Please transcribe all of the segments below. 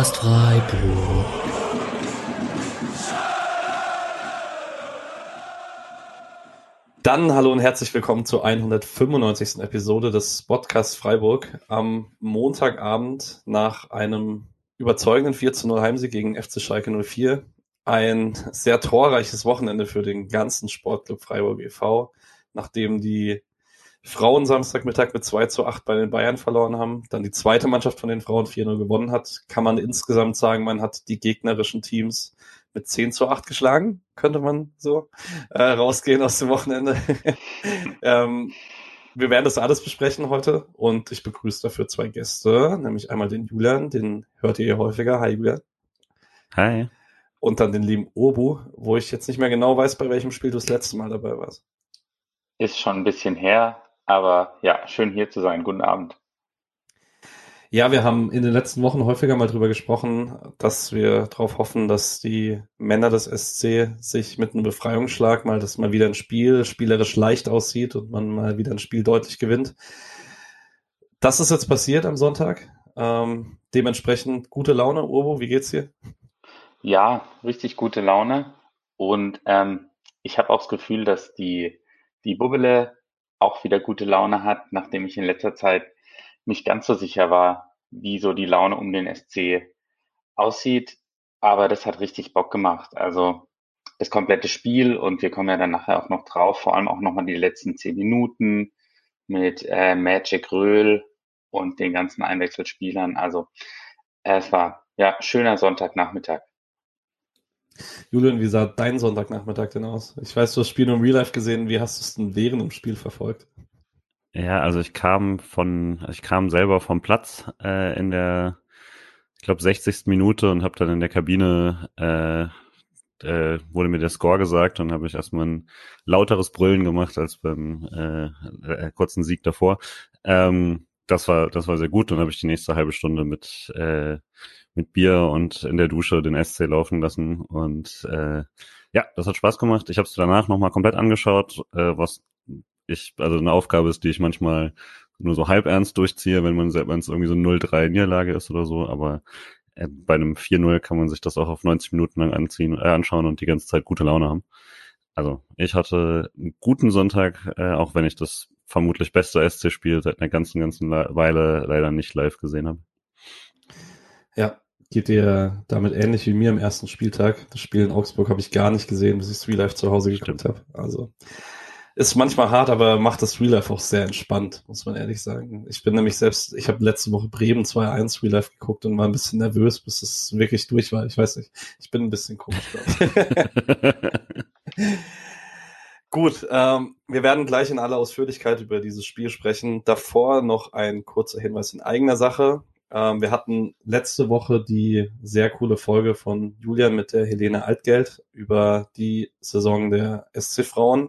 Podcast Freiburg. Dann hallo und herzlich willkommen zur 195. Episode des Podcasts Freiburg am Montagabend nach einem überzeugenden 4:0 Heimsieg gegen FC Schalke 04. Ein sehr torreiches Wochenende für den ganzen Sportclub Freiburg e.V., nachdem die Frauen Samstagmittag mit 2:8 bei den Bayern verloren haben, dann die zweite Mannschaft von den Frauen 4:0 gewonnen hat, kann man insgesamt sagen, man hat die gegnerischen Teams mit 10:8 geschlagen, könnte man so rausgehen aus dem Wochenende. Wir werden das alles besprechen heute und ich begrüße dafür zwei Gäste, nämlich einmal den Julian, den hört ihr häufiger. Hi Julian. Hi. Und dann den lieben Urbu, wo ich jetzt nicht mehr genau weiß, bei welchem Spiel du das letzte Mal dabei warst. Ist schon ein bisschen her, aber ja, schön hier zu sein. Guten Abend. Ja, wir haben in den letzten Wochen häufiger mal drüber gesprochen, dass wir darauf hoffen, dass die Männer des SC sich mit einem Befreiungsschlag dass mal wieder ein Spiel spielerisch leicht aussieht und man mal wieder ein Spiel deutlich gewinnt. Das ist jetzt passiert am Sonntag. Dementsprechend gute Laune. Urbo, wie geht's dir? Ja, richtig gute Laune. Und ich habe auch das Gefühl, dass die Bubbele auch wieder gute Laune hat, nachdem ich in letzter Zeit nicht ganz so sicher war, wie so die Laune um den SC aussieht. Aber das hat richtig Bock gemacht. Also das komplette Spiel, und wir kommen ja dann nachher auch noch drauf, vor allem auch nochmal die letzten 10 Minuten mit Magic Röhl und den ganzen Einwechselspielern. Also es war ja schöner Sonntagnachmittag. Julian, wie sah dein Sonntagnachmittag denn aus? Ich weiß, du hast das Spiel im Real Life gesehen. Wie hast du es denn während dem Spiel verfolgt? Ja, also ich kam selber vom Platz in der, ich glaube, 60. Minute und habe dann in der Kabine wurde mir der Score gesagt und habe ich erstmal ein lauteres Brüllen gemacht als beim kurzen Sieg davor. Das war sehr gut. Dann habe ich die nächste halbe Stunde mit Bier und in der Dusche den SC laufen lassen und ja, das hat Spaß gemacht. Ich habe es danach nochmal komplett angeschaut, also eine Aufgabe ist, die ich manchmal nur so halb ernst durchziehe, wenn es irgendwie so 0:3 Niederlage ist oder so, aber bei einem 4:0 kann man sich das auch auf 90 Minuten lang anschauen und die ganze Zeit gute Laune haben. Also ich hatte einen guten Sonntag, auch wenn ich das vermutlich beste SC-Spiel seit einer ganzen Weile leider nicht live gesehen habe. Ja, geht dir damit ähnlich wie mir am ersten Spieltag. Das Spiel in Augsburg habe ich gar nicht gesehen, bis ich das Real Life zu Hause geguckt habe. Also ist manchmal hart, aber macht das Real Life auch sehr entspannt, muss man ehrlich sagen. Ich habe letzte Woche Bremen 2:1 Real Life geguckt und war ein bisschen nervös, bis es wirklich durch war. Ich weiß nicht, ich bin ein bisschen komisch, glaube ich. Gut, wir werden gleich in aller Ausführlichkeit über dieses Spiel sprechen. Davor noch ein kurzer Hinweis in eigener Sache. Wir hatten letzte Woche die sehr coole Folge von Julian mit der Helene Altgeld über die Saison der SC-Frauen.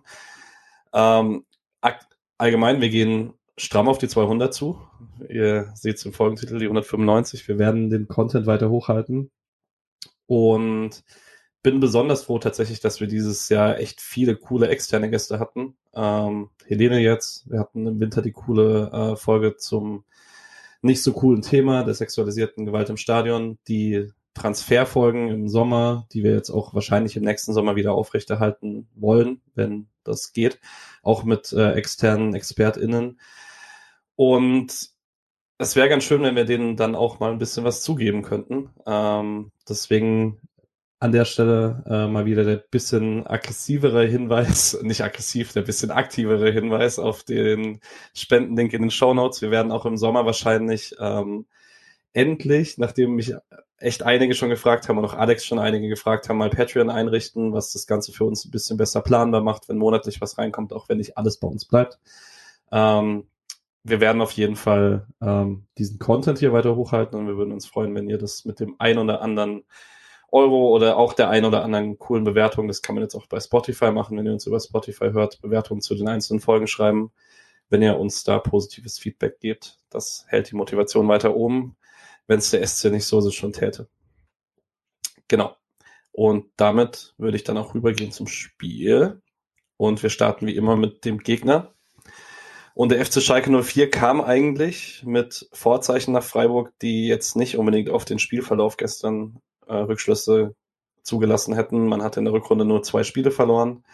Allgemein, wir gehen stramm auf die 200 zu. Ihr seht es im Folgentitel, die 195. Wir werden den Content weiter hochhalten. Und bin besonders froh tatsächlich, dass wir dieses Jahr echt viele coole externe Gäste hatten. Helene jetzt, wir hatten im Winter die coole Folge zum nicht so coolen Thema der sexualisierten Gewalt im Stadion, die Transferfolgen im Sommer, die wir jetzt auch wahrscheinlich im nächsten Sommer wieder aufrechterhalten wollen, wenn das geht, auch mit externen ExpertInnen. Und es wäre ganz schön, wenn wir denen dann auch mal ein bisschen was zugeben könnten. Deswegen an der Stelle mal wieder der bisschen aggressivere Hinweis, nicht aggressiv, der bisschen aktivere Hinweis auf den Spendenlink in den Shownotes. Wir werden auch im Sommer wahrscheinlich endlich, nachdem mich echt einige schon gefragt haben und auch Alex schon einige gefragt haben, mal Patreon einrichten, was das Ganze für uns ein bisschen besser planbar macht, wenn monatlich was reinkommt, auch wenn nicht alles bei uns bleibt. Wir werden auf jeden Fall diesen Content hier weiter hochhalten und wir würden uns freuen, wenn ihr das mit dem ein oder anderen Euro oder auch der ein oder anderen coolen Bewertung, das kann man jetzt auch bei Spotify machen, wenn ihr uns über Spotify hört, Bewertungen zu den einzelnen Folgen schreiben, wenn ihr uns da positives Feedback gebt. Das hält die Motivation weiter oben, wenn es der SC nicht so schon täte. Genau. Und damit würde ich dann auch rübergehen zum Spiel. Und wir starten wie immer mit dem Gegner. Und der FC Schalke 04 kam eigentlich mit Vorzeichen nach Freiburg, die jetzt nicht unbedingt auf den Spielverlauf gestern Rückschlüsse zugelassen hätten. Man hat in der Rückrunde nur 2 Spiele verloren.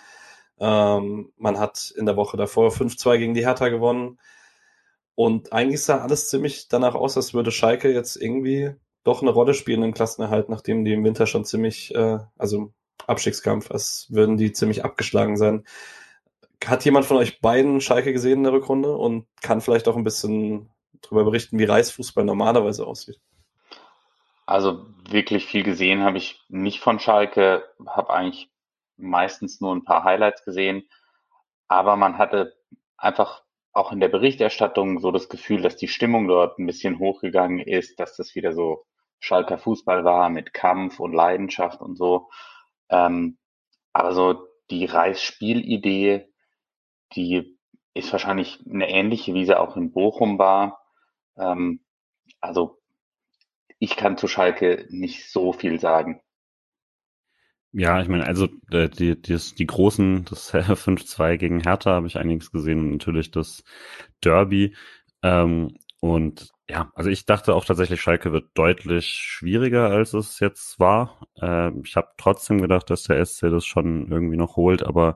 Man hat in der Woche davor 5-2 gegen die Hertha gewonnen. Und eigentlich sah alles ziemlich danach aus, als würde Schalke jetzt irgendwie doch eine Rolle spielen im Klassenerhalt, nachdem die im Winter schon ziemlich, also Abstiegskampf, als würden die ziemlich abgeschlagen sein. Hat jemand von euch beiden Schalke gesehen in der Rückrunde und kann vielleicht auch ein bisschen darüber berichten, wie Reisfußball normalerweise aussieht? Also wirklich viel gesehen habe ich nicht von Schalke, habe eigentlich meistens nur ein paar Highlights gesehen, aber man hatte einfach auch in der Berichterstattung so das Gefühl, dass die Stimmung dort ein bisschen hochgegangen ist, dass das wieder so Schalker Fußball war mit Kampf und Leidenschaft und so. Ähm, aber so die Reis-Spielidee, die ist wahrscheinlich eine ähnliche, wie sie auch in Bochum war. Ähm, also ich kann zu Schalke nicht so viel sagen. Ja, ich meine, also die großen, das 5-2 gegen Hertha habe ich einiges gesehen und natürlich das Derby. Und ja, also ich dachte auch tatsächlich, Schalke wird deutlich schwieriger, als es jetzt war. Ich habe trotzdem gedacht, dass der SC das schon irgendwie noch holt, aber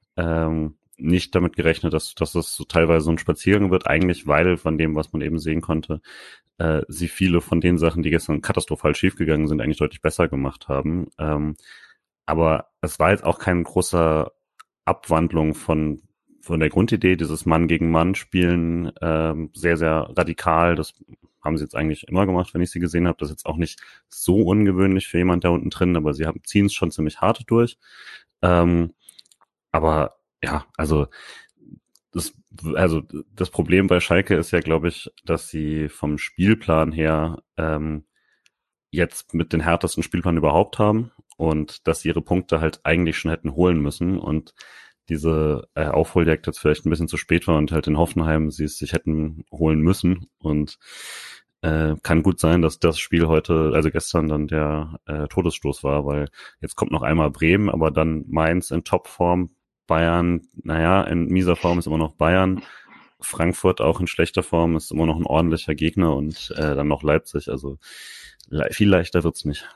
nicht damit gerechnet, dass es so teilweise so ein Spaziergang wird, eigentlich, weil von dem, was man eben sehen konnte, sie viele von den Sachen, die gestern katastrophal schiefgegangen sind, eigentlich deutlich besser gemacht haben. Aber es war jetzt auch keine große Abwandlung von der Grundidee, dieses Mann gegen Mann spielen, sehr, sehr radikal. Das haben sie jetzt eigentlich immer gemacht, wenn ich sie gesehen habe. Das ist jetzt auch nicht so ungewöhnlich für jemand da unten drin, aber sie ziehen es schon ziemlich hart durch. Ähm, aber ja, das, also das Problem bei Schalke ist ja, glaube ich, dass sie vom Spielplan her jetzt mit den härtesten Spielplan überhaupt haben und dass sie ihre Punkte halt eigentlich schon hätten holen müssen und diese Aufholjagd jetzt vielleicht ein bisschen zu spät war und halt in Hoffenheim sie es sich hätten holen müssen und kann gut sein, dass das Spiel heute, also gestern dann der Todesstoß war, weil jetzt kommt noch einmal Bremen, aber dann Mainz in Topform, Bayern, naja, in mieser Form ist immer noch Bayern, Frankfurt auch in schlechter Form ist immer noch ein ordentlicher Gegner und dann noch Leipzig, also viel leichter wird's nicht.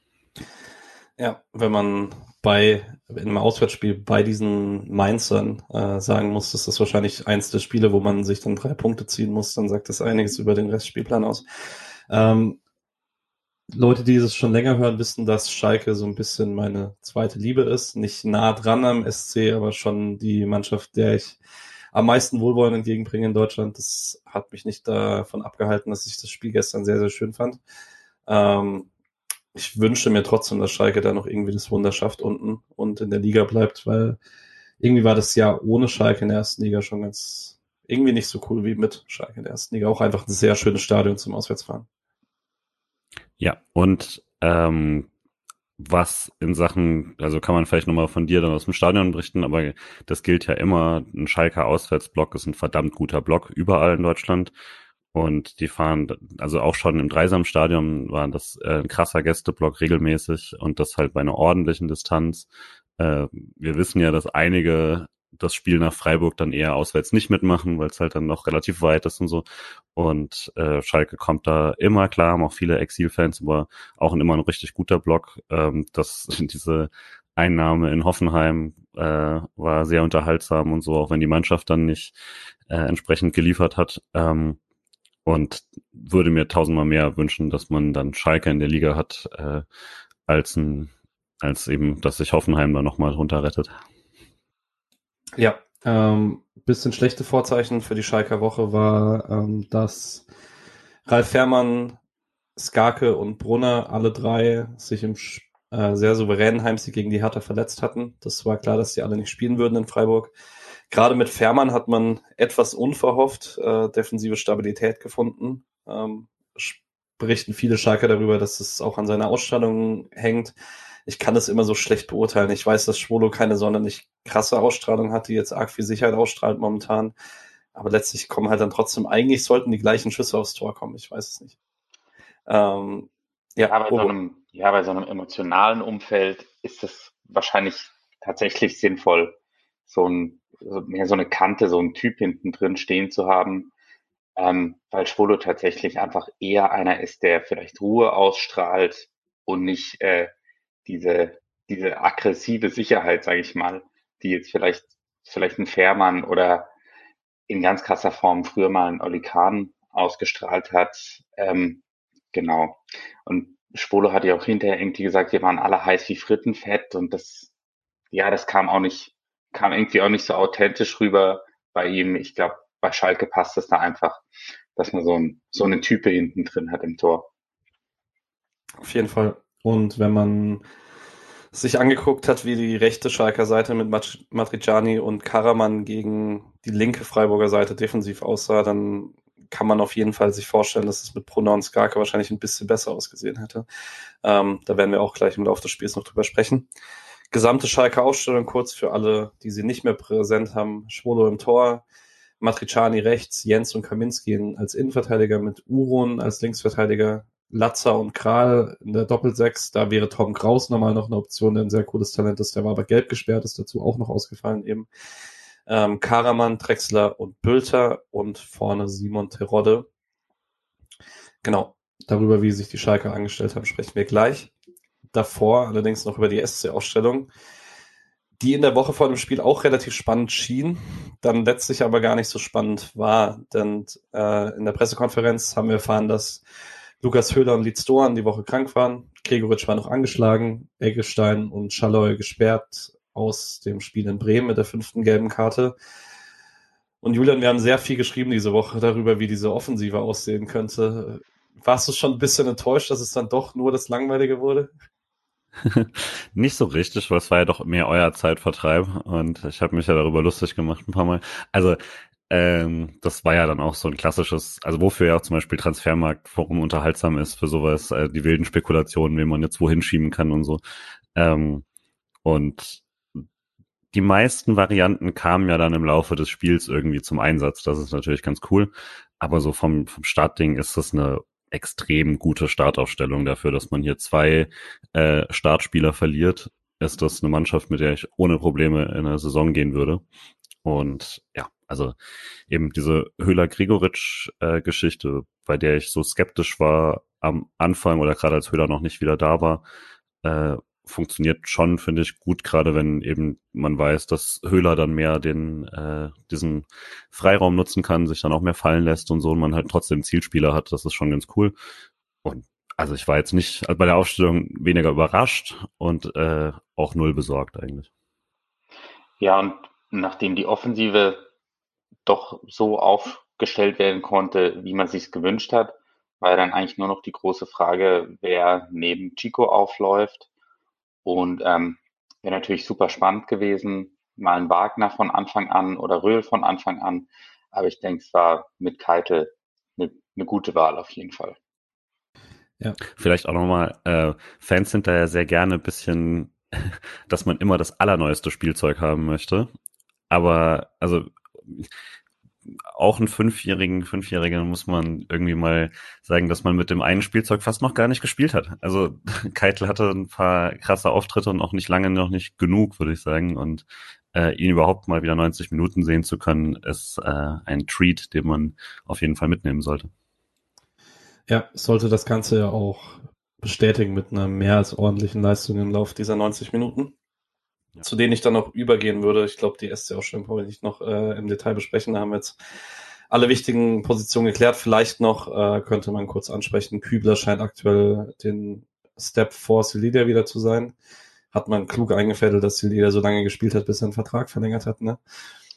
Ja, wenn man in einem Auswärtsspiel bei diesen Mainzern sagen muss, das ist wahrscheinlich eins der Spiele, wo man sich dann 3 Punkte ziehen muss, dann sagt das einiges über den Restspielplan aus. Ähm, Leute, die es schon länger hören, wissen, dass Schalke so ein bisschen meine zweite Liebe ist. Nicht nah dran am SC, aber schon die Mannschaft, der ich am meisten Wohlwollen entgegenbringe in Deutschland. Das hat mich nicht davon abgehalten, dass ich das Spiel gestern sehr, sehr schön fand. Ähm, Ich wünsche mir trotzdem, dass Schalke da noch irgendwie das Wunder schafft unten und in der Liga bleibt, weil irgendwie war das Jahr ohne Schalke in der ersten Liga schon ganz irgendwie nicht so cool wie mit Schalke in der ersten Liga. Auch einfach ein sehr schönes Stadion zum Auswärtsfahren. Ja, und was in Sachen, also kann man vielleicht nochmal von dir dann aus dem Stadion berichten, aber das gilt ja immer, ein Schalker Auswärtsblock ist ein verdammt guter Block überall in Deutschland. Und die fahren, also auch schon im Dreisamstadion war das ein krasser Gästeblock regelmäßig und das halt bei einer ordentlichen Distanz. Wir wissen ja, dass einige das Spiel nach Freiburg dann eher auswärts nicht mitmachen, weil es halt dann noch relativ weit ist und so. Und Schalke kommt da immer klar, haben auch viele Exilfans, aber auch immer ein richtig guter Block. Diese Einnahme in Hoffenheim war sehr unterhaltsam und so, auch wenn die Mannschaft dann nicht entsprechend geliefert hat. Und würde mir tausendmal mehr wünschen, dass man dann Schalke in der Liga hat, als eben, dass sich Hoffenheim da nochmal runterrettet. Ja, bisschen schlechte Vorzeichen für die Schalker Woche war, dass Ralf Fährmann, Skarke und Brunner alle 3 sich im sehr souveränen Heimsieg gegen die Hertha verletzt hatten. Das war klar, dass die alle nicht spielen würden in Freiburg. Gerade mit Fährmann hat man etwas unverhofft defensive Stabilität gefunden. Berichten viele Schalker darüber, dass es auch an seiner Ausstrahlung hängt. Ich kann das immer so schlecht beurteilen. Ich weiß, dass Schwolo keine sonderlich krasse Ausstrahlung hat, die jetzt arg viel Sicherheit ausstrahlt momentan. Aber letztlich kommen halt dann trotzdem, eigentlich sollten die gleichen Schüsse aufs Tor kommen. Ich weiß es nicht. Ja, Bobo. Ja, bei so einem emotionalen Umfeld ist es wahrscheinlich tatsächlich sinnvoll, so ein mehr so eine Kante, so ein Typ hinten drin stehen zu haben, weil Schwolo tatsächlich einfach eher einer ist, der vielleicht Ruhe ausstrahlt und nicht diese, diese aggressive Sicherheit, sage ich mal, die jetzt vielleicht ein Fährmann oder in ganz krasser Form früher mal ein Oli Kahn ausgestrahlt hat. Genau. Und Schwolo hat ja auch hinterher irgendwie gesagt, wir waren alle heiß wie Frittenfett und das kam irgendwie auch nicht so authentisch rüber bei ihm. Ich glaube, bei Schalke passt es da einfach, dass man so eine Type hinten drin hat im Tor. Auf jeden Fall. Und wenn man sich angeguckt hat, wie die rechte Schalker Seite mit Matriciani und Karaman gegen die linke Freiburger Seite defensiv aussah, dann kann man auf jeden Fall sich vorstellen, dass es mit Brunner und Skarke wahrscheinlich ein bisschen besser ausgesehen hätte. Da werden wir auch gleich im Laufe des Spiels noch drüber sprechen. Gesamte Schalker Aufstellung kurz für alle, die sie nicht mehr präsent haben. Schwolo im Tor, Matriciani rechts, Jens und Kaminski als Innenverteidiger mit Uron als Linksverteidiger, Latzer und Kral in der Doppelsechs. Da wäre Tom Kraus nochmal noch eine Option, der ein sehr cooles Talent ist. Der war aber gelb gesperrt, ist dazu auch noch ausgefallen eben. Karaman, Drexler und Bülter und vorne Simon Terodde. Genau, darüber, wie sich die Schalker angestellt haben, sprechen wir gleich. Davor allerdings noch über die SC-Ausstellung, die in der Woche vor dem Spiel auch relativ spannend schien, dann letztlich aber gar nicht so spannend war. Denn in der Pressekonferenz haben wir erfahren, dass Lukas Höhler und Leeds Doan die Woche krank waren. Gregoritsch war noch angeschlagen, Eggestein und Schalloy gesperrt aus dem Spiel in Bremen mit der 5. gelben Karte. Und Julian, wir haben sehr viel geschrieben diese Woche darüber, wie diese Offensive aussehen könnte. Warst du schon ein bisschen enttäuscht, dass es dann doch nur das Langweilige wurde? Nicht so richtig, weil es war ja doch mehr euer Zeitvertreib und ich habe mich ja darüber lustig gemacht ein paar Mal. Also das war ja dann auch so ein klassisches, also wofür ja auch zum Beispiel Transfermarktforum unterhaltsam ist für sowas, die wilden Spekulationen, wen man jetzt wohin schieben kann und so. Und die meisten Varianten kamen ja dann im Laufe des Spiels irgendwie zum Einsatz. Das ist natürlich ganz cool. Aber so vom Startding ist das eine extrem gute Startaufstellung dafür, dass man hier 2 Startspieler verliert. Ist das eine Mannschaft, mit der ich ohne Probleme in eine Saison gehen würde. Und ja, also eben diese Höhler-Gregoritsch-Geschichte, bei der ich so skeptisch war am Anfang oder gerade als Höhler noch nicht wieder da war, funktioniert schon, finde ich, gut, gerade wenn eben man weiß, dass Höhler dann mehr diesen Freiraum nutzen kann, sich dann auch mehr fallen lässt und so und man halt trotzdem Zielspieler hat, das ist schon ganz cool. Und also ich war jetzt nicht bei der Aufstellung weniger überrascht und auch null besorgt eigentlich. Ja, und nachdem die Offensive doch so aufgestellt werden konnte, wie man sich's gewünscht hat, war ja dann eigentlich nur noch die große Frage, wer neben Chico aufläuft. Und wäre natürlich super spannend gewesen, mal ein Wagner von Anfang an oder Röhl von Anfang an. Aber ich denke, es war mit Keitel eine gute Wahl auf jeden Fall. Ja. Vielleicht auch nochmal, Fans sind da ja sehr gerne ein bisschen, dass man immer das allerneueste Spielzeug haben möchte. Aber also auch einen Fünfjährigen muss man irgendwie mal sagen, dass man mit dem einen Spielzeug fast noch gar nicht gespielt hat. Also Keitel hatte ein paar krasse Auftritte und auch nicht lange, noch nicht genug, würde ich sagen. Und ihn überhaupt mal wieder 90 Minuten sehen zu können, ist ein Treat, den man auf jeden Fall mitnehmen sollte. Ja, sollte das Ganze ja auch bestätigen mit einer mehr als ordentlichen Leistung im Laufe dieser 90 Minuten, ja, zu denen ich dann noch übergehen würde. Ich glaube, die SC-Ausstellung brauche ich nicht noch im Detail besprechen. Da haben wir jetzt alle wichtigen Positionen geklärt. Vielleicht noch könnte man kurz ansprechen, Kübler scheint aktuell den Step vor Silidia wieder zu sein. Hat man klug eingefädelt, dass Silidia so lange gespielt hat, bis er einen Vertrag verlängert hat, ne?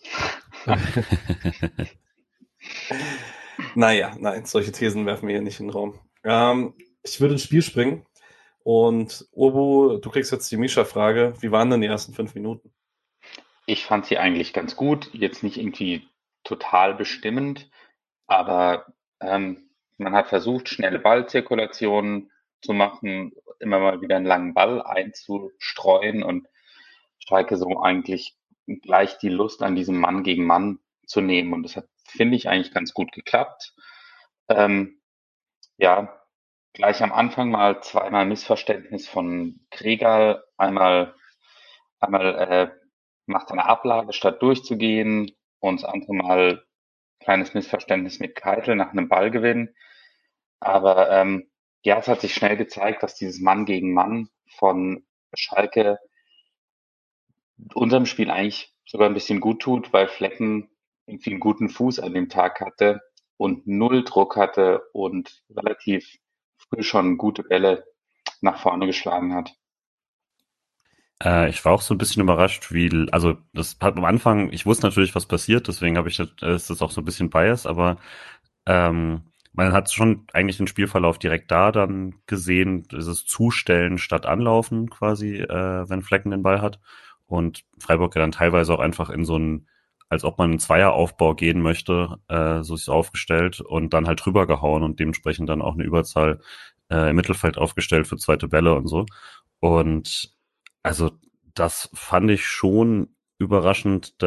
Naja, nein, solche Thesen werfen wir hier nicht in den Raum. Ich würde ins Spiel springen. Und Urbu, du kriegst jetzt die Mischa-Frage. Wie waren denn die ersten 5 Minuten? Ich fand sie eigentlich ganz gut, jetzt nicht irgendwie total bestimmend, aber man hat versucht, schnelle Ballzirkulationen zu machen, immer mal wieder einen langen Ball einzustreuen und Schalke so eigentlich gleich die Lust an diesem Mann gegen Mann zu nehmen. Und das hat, finde ich, eigentlich ganz gut geklappt. Ähm, ja, gleich am Anfang mal zweimal Missverständnis von Kregal, einmal macht eine Ablage, statt durchzugehen. Und das andere Mal kleines Missverständnis mit Keitel nach einem Ballgewinn. Aber ja, es hat sich schnell gezeigt, dass dieses Mann gegen Mann von Schalke unserem Spiel eigentlich sogar ein bisschen gut tut, weil Flecken irgendwie einen guten Fuß an dem Tag hatte und null Druck hatte und relativ früh schon gute Bälle nach vorne geschlagen hat. Ich war auch so ein bisschen überrascht, also das hat am Anfang, ich wusste natürlich, was passiert, deswegen ist das auch so ein bisschen Bias, aber man hat schon eigentlich den Spielverlauf direkt da dann gesehen, dieses Zustellen statt Anlaufen quasi, wenn Flecken den Ball hat. Und Freiburg ja dann teilweise auch einfach in so einen, als ob man einen Zweieraufbau gehen möchte, so sich aufgestellt und dann halt drüber gehauen und dementsprechend dann auch eine Überzahl im Mittelfeld aufgestellt für zweite Bälle und so. Und also das fand ich schon überraschend,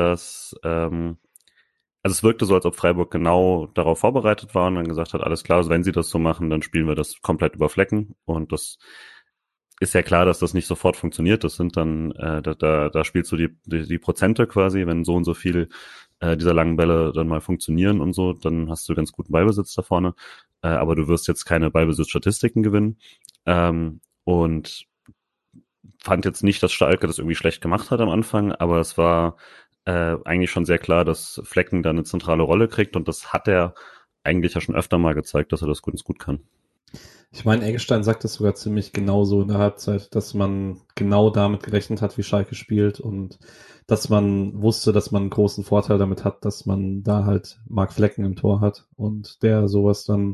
also es wirkte so, als ob Freiburg genau darauf vorbereitet war und dann gesagt hat, alles klar, also wenn sie das so machen, dann spielen wir das komplett über Flecken. Und das ist ja klar, dass das nicht sofort funktioniert. Das sind dann, da spielst du die Prozente quasi, wenn so und so viel dieser langen Bälle dann mal funktionieren und so, dann hast du ganz guten Ballbesitz da vorne. Aber du wirst jetzt keine Ballbesitzstatistiken gewinnen. Und fand jetzt nicht, dass Schalke das irgendwie schlecht gemacht hat am Anfang, aber es war eigentlich schon sehr klar, dass Flecken da eine zentrale Rolle kriegt und das hat er eigentlich ja schon öfter mal gezeigt, dass er das ganz gut kann. Ich meine, Eggestein sagt das sogar ziemlich genauso in der Halbzeit, dass man genau damit gerechnet hat, wie Schalke spielt und dass man wusste, dass man einen großen Vorteil damit hat, dass man da halt Marc Flecken im Tor hat und der sowas dann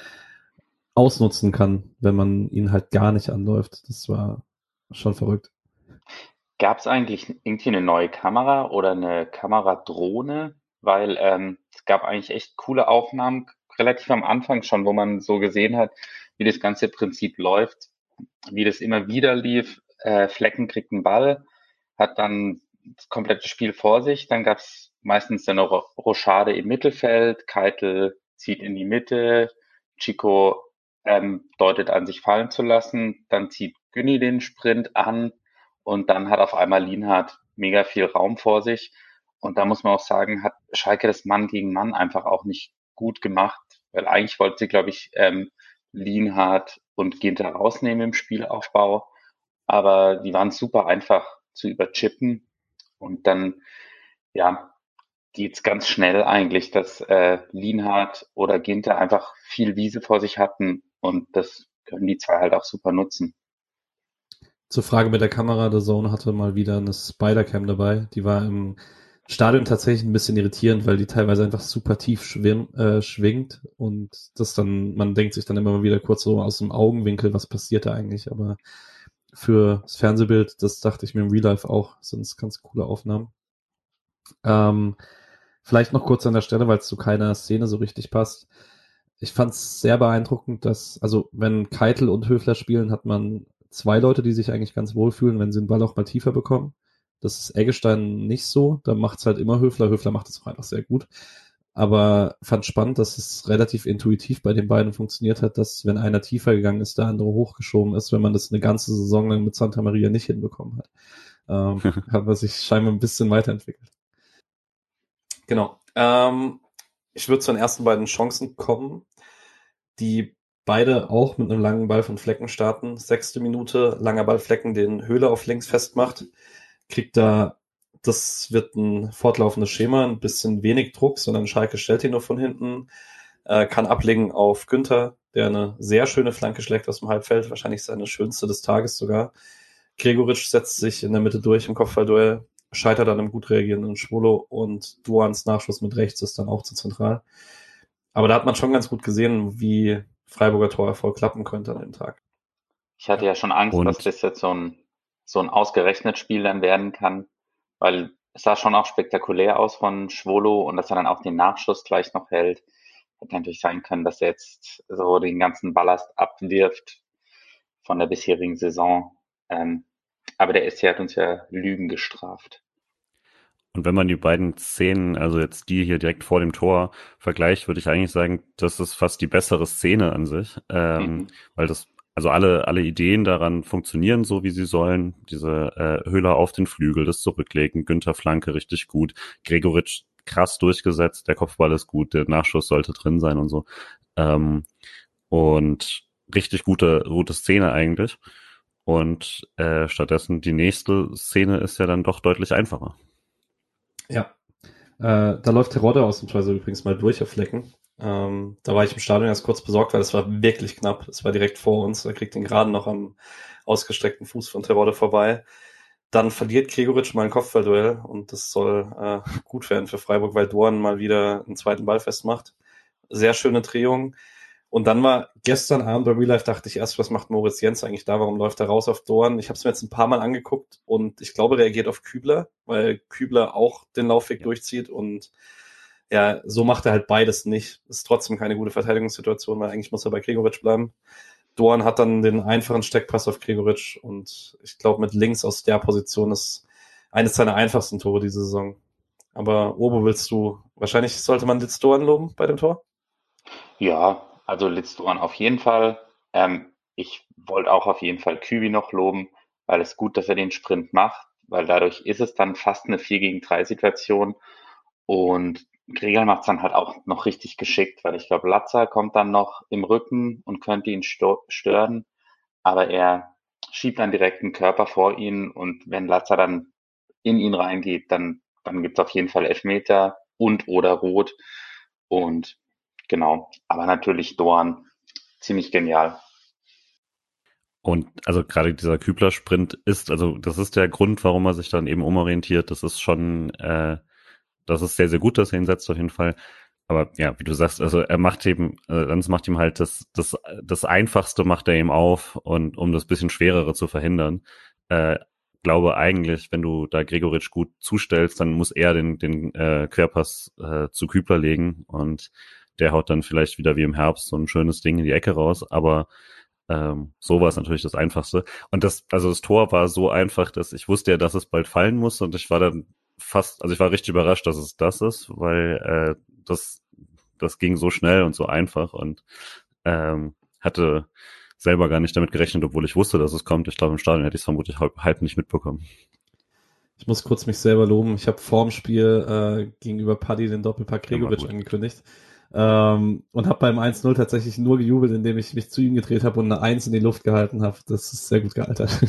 ausnutzen kann, wenn man ihn halt gar nicht anläuft. Das war schon verrückt. Gab es eigentlich irgendwie eine neue Kamera oder eine Kameradrohne? Weil es gab eigentlich echt coole Aufnahmen, relativ am Anfang schon, wo man so gesehen hat, wie das ganze Prinzip läuft, wie das immer wieder lief. Flecken kriegt einen Ball, hat dann das komplette Spiel vor sich. Dann gab es meistens eine Rochade im Mittelfeld. Keitel zieht in die Mitte. Chico deutet an, sich fallen zu lassen. Dann zieht Günni den Sprint an. Und dann hat auf einmal Lienhardt mega viel Raum vor sich. Und da muss man auch sagen, hat Schalke das Mann gegen Mann einfach auch nicht gut gemacht. Weil eigentlich wollte sie, glaube ich, Lienhardt und Ginter rausnehmen im Spielaufbau. Aber die waren super einfach zu überchippen. Und dann, ja, geht's ganz schnell eigentlich, dass Lienhardt oder Ginter einfach viel Wiese vor sich hatten. Und das können die zwei halt auch super nutzen. Zur Frage mit der Kamera, der Zone hatte mal wieder eine Spider-Cam dabei. Die war im Stadion tatsächlich ein bisschen irritierend, weil die teilweise einfach super tief schwingt und das dann, man denkt sich dann immer mal wieder kurz so aus dem Augenwinkel, was passiert da eigentlich, aber für das Fernsehbild, das dachte ich mir im Real Life auch, sind es ganz coole Aufnahmen. Ähm, Vielleicht noch kurz an der Stelle, weil es zu keiner Szene so richtig passt. Ich fand es sehr beeindruckend, dass, also wenn Keitel und Höfler spielen, hat man zwei Leute, die sich eigentlich ganz wohlfühlen, wenn sie den Ball auch mal tiefer bekommen. Das ist Eggestein nicht so. Da macht es halt immer Höfler. Höfler macht es auch einfach sehr gut. Aber fand spannend, dass es relativ intuitiv bei den beiden funktioniert hat, dass wenn einer tiefer gegangen ist, der andere hochgeschoben ist, wenn man das eine ganze Saison lang mit Santa Maria nicht hinbekommen hat. Hat man sich scheinbar ein bisschen weiterentwickelt. Genau. Ich würde zu den ersten beiden Chancen kommen, die beide auch mit einem langen Ball von Flecken starten. 6. Minute, langer Ball Flecken, den Höhle auf links festmacht. Kriegt da, das wird ein fortlaufendes Schema, ein bisschen wenig Druck, sondern Schalke stellt ihn nur von hinten, kann ablegen auf Günther, der eine sehr schöne Flanke schlägt aus dem Halbfeld, wahrscheinlich seine schönste des Tages sogar. Gregoritsch setzt sich in der Mitte durch im Kopfballduell, scheitert an einem gut reagierenden Schwolo und Duans Nachschuss mit rechts ist dann auch zu zentral. Aber da hat man schon ganz gut gesehen, wie Freiburger Torerfolg klappen könnte an dem Tag. Ich hatte Ja. ja schon Angst, dass Und das jetzt so ein ausgerechnet Spiel dann werden kann, weil es sah schon auch spektakulär aus von Schwolo und dass er dann auch den Nachschuss gleich noch hält. Hätte natürlich sein können, dass er jetzt so den ganzen Ballast abwirft von der bisherigen Saison. Aber der SC hat uns ja Lügen gestraft. Und wenn man die beiden Szenen, also jetzt die hier direkt vor dem Tor vergleicht, würde ich eigentlich sagen, das ist fast die bessere Szene an sich, Mhm. weil das also alle Ideen daran funktionieren so, wie sie sollen. Diese Höhler auf den Flügel, das Zurücklegen, Günther Flanke richtig gut, Gregoritsch krass durchgesetzt, der Kopfball ist gut, der Nachschuss sollte drin sein und so. Und richtig gute Szene eigentlich. Und stattdessen die nächste Szene ist ja dann doch deutlich einfacher. Ja, da läuft Terodde ausnahmsweise übrigens mal durch auf Flecken. Da war ich im Stadion erst kurz besorgt, weil es war wirklich knapp. Es war direkt vor uns. Er kriegt den gerade noch am ausgestreckten Fuß von Terodde vorbei. Dann verliert Gregoritsch mal ein Kopfballduell und das soll gut werden für Freiburg, weil Dorn mal wieder einen zweiten Ball festmacht. Sehr schöne Drehung. Und dann war gestern Abend bei Real Life, dachte ich erst, was macht Moritz Jens eigentlich da? Warum läuft er raus auf Dorn? Ich habe es mir jetzt ein paar Mal angeguckt und ich glaube, der geht auf Kübler, weil Kübler auch den Laufweg durchzieht und ja, so macht er halt beides nicht. Ist trotzdem keine gute Verteidigungssituation, weil eigentlich muss er bei Gregoritsch bleiben. Dorn hat dann den einfachen Steckpass auf Gregoritsch und ich glaube, mit links aus der Position ist eines seiner einfachsten Tore diese Saison. Aber Obo, wahrscheinlich sollte man Litz Dorn loben bei dem Tor? Ja, also Litz-Doan auf jeden Fall. Ich wollte auch auf jeden Fall Kübi noch loben, weil es gut, dass er den Sprint macht, weil dadurch ist es dann fast eine 4 gegen 3 Situation und Gregal macht es dann halt auch noch richtig geschickt, weil ich glaube, Latza kommt dann noch im Rücken und könnte ihn stören, aber er schiebt dann direkt den Körper vor ihn und wenn Latza dann in ihn reingeht, dann gibt es auf jeden Fall Elfmeter und oder Rot und genau, aber natürlich Doan ziemlich genial. Und also gerade dieser Kübler-Sprint ist, also das ist der Grund, warum er sich dann eben umorientiert. Das ist schon, das ist sehr, sehr gut, dass er ihn setzt auf jeden Fall. Aber ja, wie du sagst, also er macht eben, das macht ihm halt das Einfachste macht er ihm auf und um das bisschen Schwerere zu verhindern. Glaube eigentlich, wenn du da Gregoritsch gut zustellst, dann muss er den Querpass zu Kübler legen und der haut dann vielleicht wieder wie im Herbst so ein schönes Ding in die Ecke raus, aber so war es natürlich das Einfachste. Und das Tor war so einfach, dass ich wusste ja, dass es bald fallen muss und ich war dann also ich war richtig überrascht, dass es das ist, weil das ging so schnell und so einfach und hatte selber gar nicht damit gerechnet, obwohl ich wusste, dass es kommt. Ich glaube, im Stadion hätte ich es vermutlich halb nicht mitbekommen. Ich muss kurz mich selber loben. Ich habe vorm Spiel gegenüber Paddy den Doppelpack Gregoritsch angekündigt. Und habe beim 1-0 tatsächlich nur gejubelt, indem ich mich zu ihm gedreht habe und eine 1 in die Luft gehalten habe. Das ist sehr gut gealtert.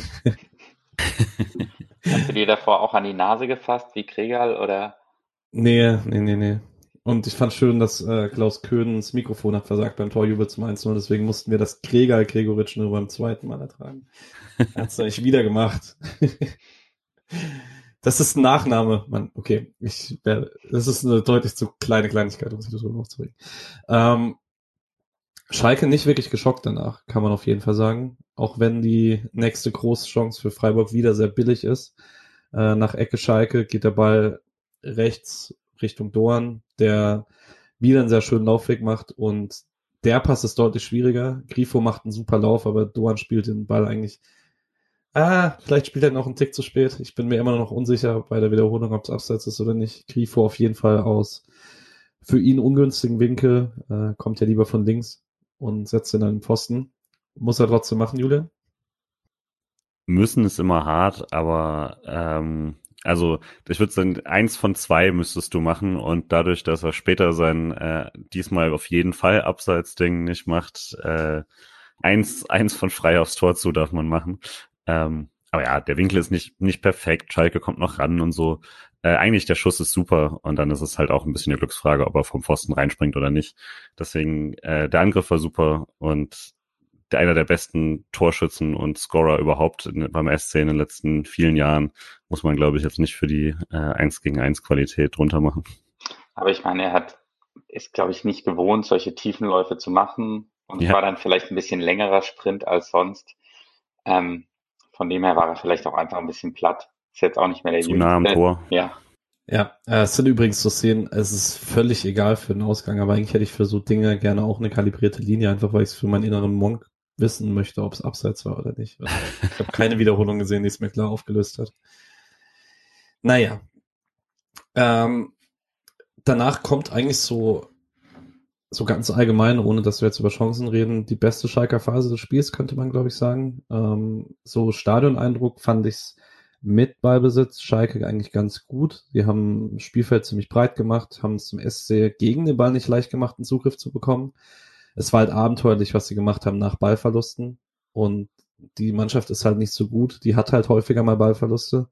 Hast du dir davor auch an die Nase gefasst wie Kregal oder? Nee. Und ich fand schön, dass Klaus Köhns Mikrofon hat versagt beim Torjubel zum 1-0, deswegen mussten wir das Gregoritsch nur beim zweiten Mal ertragen. Er hat es nicht wieder gemacht. Das ist ein Nachname, Mann. Okay, das ist eine deutlich zu kleine Kleinigkeit, um sich darüber aufzuregen. Schalke nicht wirklich geschockt danach, kann man auf jeden Fall sagen. Auch wenn die nächste große Chance für Freiburg wieder sehr billig ist. Nach Ecke Schalke geht der Ball rechts Richtung Dorn, der wieder einen sehr schönen Laufweg macht und der Pass ist deutlich schwieriger. Grifo macht einen super Lauf, aber Dorn spielt den Ball eigentlich vielleicht spielt er noch einen Tick zu spät. Ich bin mir immer noch unsicher bei der Wiederholung, ob es abseits ist oder nicht. Grifo auf jeden Fall aus für ihn ungünstigen Winkel, kommt ja lieber von links und setzt in einen Pfosten. Muss er trotzdem machen, Julian? Müssen ist immer hart, aber also ich würde sagen, 1 von 2 müsstest du machen und dadurch, dass er später sein diesmal auf jeden Fall Abseits-Ding nicht macht, eins von frei aufs Tor zu darf man machen. Aber ja, der Winkel ist nicht perfekt, Schalke kommt noch ran und so. Eigentlich der Schuss ist super und dann ist es halt auch ein bisschen eine Glücksfrage, ob er vom Pfosten reinspringt oder nicht. Deswegen, der Angriff war super und einer der besten Torschützen und Scorer überhaupt beim SC in den letzten vielen Jahren, muss man, glaube ich, jetzt nicht für die 1 gegen 1 Qualität drunter machen. Aber ich meine, ist, glaube ich, nicht gewohnt, solche Tiefenläufe zu machen. Und es Ja, war dann vielleicht ein bisschen längerer Sprint als sonst. Ähm, von dem her war er vielleicht auch einfach ein bisschen platt. Ist jetzt auch nicht mehr der zu nah am Jüngste. Tor. Ja, Ja, es sind übrigens so Szenen, es ist völlig egal für den Ausgang, aber eigentlich hätte ich für so Dinge gerne auch eine kalibrierte Linie, einfach weil ich es für meinen inneren Monk wissen möchte, ob es abseits war oder nicht. Ich habe keine Wiederholung gesehen, die es mir klar aufgelöst hat. Naja, danach kommt eigentlich so so ganz allgemein, ohne dass wir jetzt über Chancen reden, die beste Schalker Phase des Spiels, könnte man, glaube ich, sagen. So Stadioneindruck fand ich's mit Ballbesitz Schalke eigentlich ganz gut. Die haben das Spielfeld ziemlich breit gemacht, haben es dem SC gegen den Ball nicht leicht gemacht, einen Zugriff zu bekommen. Es war halt abenteuerlich, was sie gemacht haben nach Ballverlusten. Und die Mannschaft ist halt nicht so gut. Die hat halt häufiger mal Ballverluste.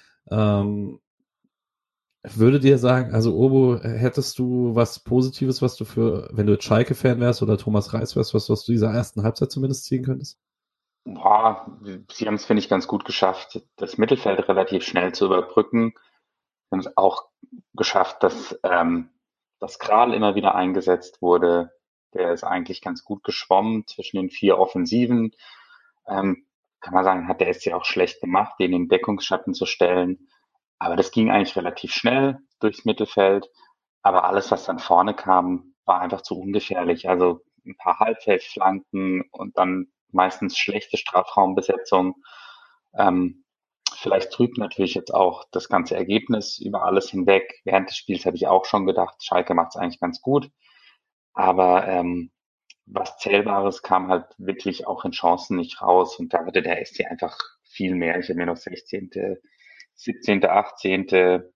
Würde dir sagen, also Obo, hättest du was Positives, was du wenn du jetzt Schalke-Fan wärst oder Thomas Reis wärst, was du dieser ersten Halbzeit zumindest ziehen könntest? Boah, sie haben es, finde ich, ganz gut geschafft, das Mittelfeld relativ schnell zu überbrücken. Sie haben es auch geschafft, dass Kral immer wieder eingesetzt wurde. Der ist eigentlich ganz gut geschwommen zwischen den vier Offensiven. Ähm, Kann man sagen, hat der SC auch schlecht gemacht, den in den Deckungsschatten zu stellen. Aber das ging eigentlich relativ schnell durchs Mittelfeld. Aber alles, was dann vorne kam, war einfach zu ungefährlich. Also ein paar Halbfeldflanken und dann meistens schlechte Strafraumbesetzung. Ähm, Vielleicht trübt natürlich jetzt auch das ganze Ergebnis über alles hinweg. Während des Spiels habe ich auch schon gedacht, Schalke macht es eigentlich ganz gut. Aber was Zählbares kam halt wirklich auch in Chancen nicht raus. Und da hatte der SC einfach viel mehr. Ich habe mir noch 16., 17., 18.,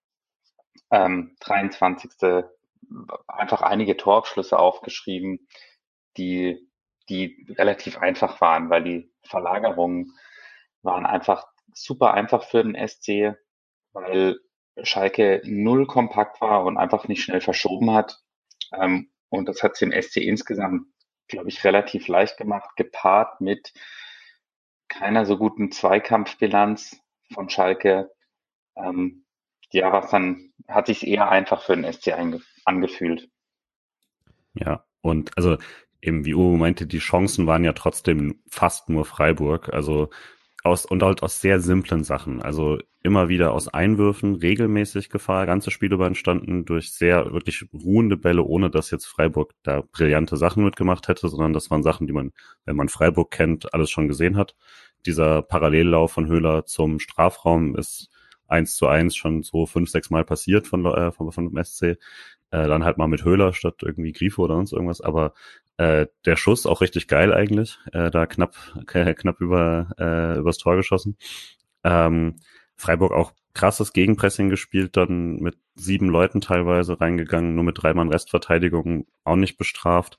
23. einfach einige Torabschlüsse aufgeschrieben, die, die relativ einfach waren, weil die Verlagerungen waren einfach super einfach für den SC, weil Schalke null kompakt war und einfach nicht schnell verschoben hat. Und das hat es dem SC insgesamt, glaube ich, relativ leicht gemacht, gepaart mit keiner so guten Zweikampfbilanz von Schalke. Ähm, ja, hat sich eher einfach für den SC angefühlt. Ja, und also eben wie Uwe meinte, die Chancen waren ja trotzdem fast nur Freiburg, also halt aus sehr simplen Sachen. Also immer wieder aus Einwürfen regelmäßig Gefahr, ganze Spiele über entstanden durch sehr wirklich ruhende Bälle, ohne dass jetzt Freiburg da brillante Sachen mitgemacht hätte, sondern das waren Sachen, die man, wenn man Freiburg kennt, alles schon gesehen hat. Dieser Parallellauf von Höhler zum Strafraum ist 1:1 schon so 5, 6 Mal passiert von dem SC. Dann halt mal mit Höhler statt irgendwie Grifo oder sonst irgendwas, aber der Schuss auch richtig geil eigentlich, da knapp übers Tor geschossen. Freiburg auch krasses Gegenpressing gespielt, dann mit 7 Leuten teilweise reingegangen, nur mit 3 Mann Restverteidigung, auch nicht bestraft.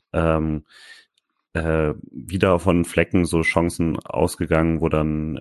Wieder von Flecken so Chancen ausgegangen, wo dann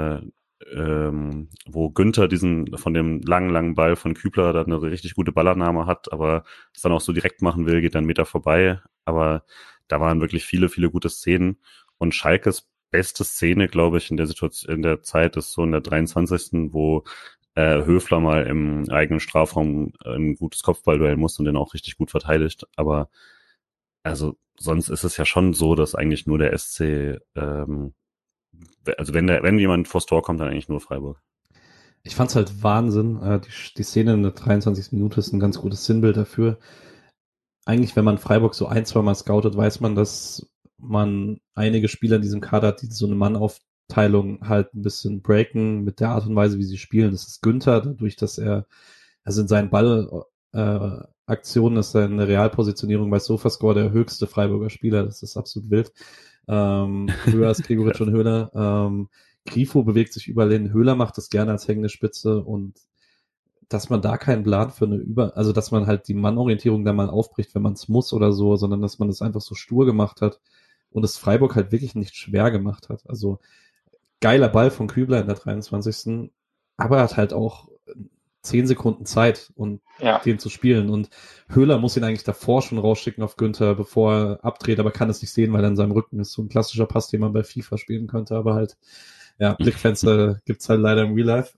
wo Günther von dem langen Ball von Kübler dann eine richtig gute Ballannahme hat, aber es dann auch so direkt machen will, geht dann 1 Meter vorbei. Aber da waren wirklich viele gute Szenen. Und Schalkes beste Szene, glaube ich, in der Situation, in der Zeit ist so in der 23., wo Höfler mal im eigenen Strafraum ein gutes Kopfballduell muss und den auch richtig gut verteidigt. Aber also sonst ist es ja schon so, dass eigentlich nur der SC, also wenn jemand vors Tor kommt, dann eigentlich nur Freiburg. Ich fand's halt Wahnsinn. Die Szene in der 23. Minute ist ein ganz gutes Sinnbild dafür. Eigentlich, wenn man Freiburg so 1, 2 Mal scoutet, weiß man, dass man einige Spieler in diesem Kader hat, die so eine Mannaufteilung halt ein bisschen breaken mit der Art und Weise, wie sie spielen. Das ist Günther, dadurch, dass also in seinen Ballaktionen ist seine Realpositionierung bei Sofascore der höchste Freiburger Spieler. Das ist absolut wild. Höher als Gregoritsch und Höhler. Grifo bewegt sich überall hin. Höhler macht das gerne als hängende Spitze und dass man da keinen Plan für also dass man halt die Mannorientierung da mal aufbricht, wenn man es muss oder so, sondern dass man das einfach so stur gemacht hat und es Freiburg halt wirklich nicht schwer gemacht hat. Also geiler Ball von Kübler in der 23. Aber er hat halt auch 10 Sekunden Zeit, um Ja, den zu spielen. Und Höhler muss ihn eigentlich davor schon rausschicken auf Günther, bevor er abdreht, aber kann es nicht sehen, weil er in seinem Rücken ist. So ein klassischer Pass, den man bei FIFA spielen könnte, aber halt, ja, Blickfenster gibt's halt leider im Real Life.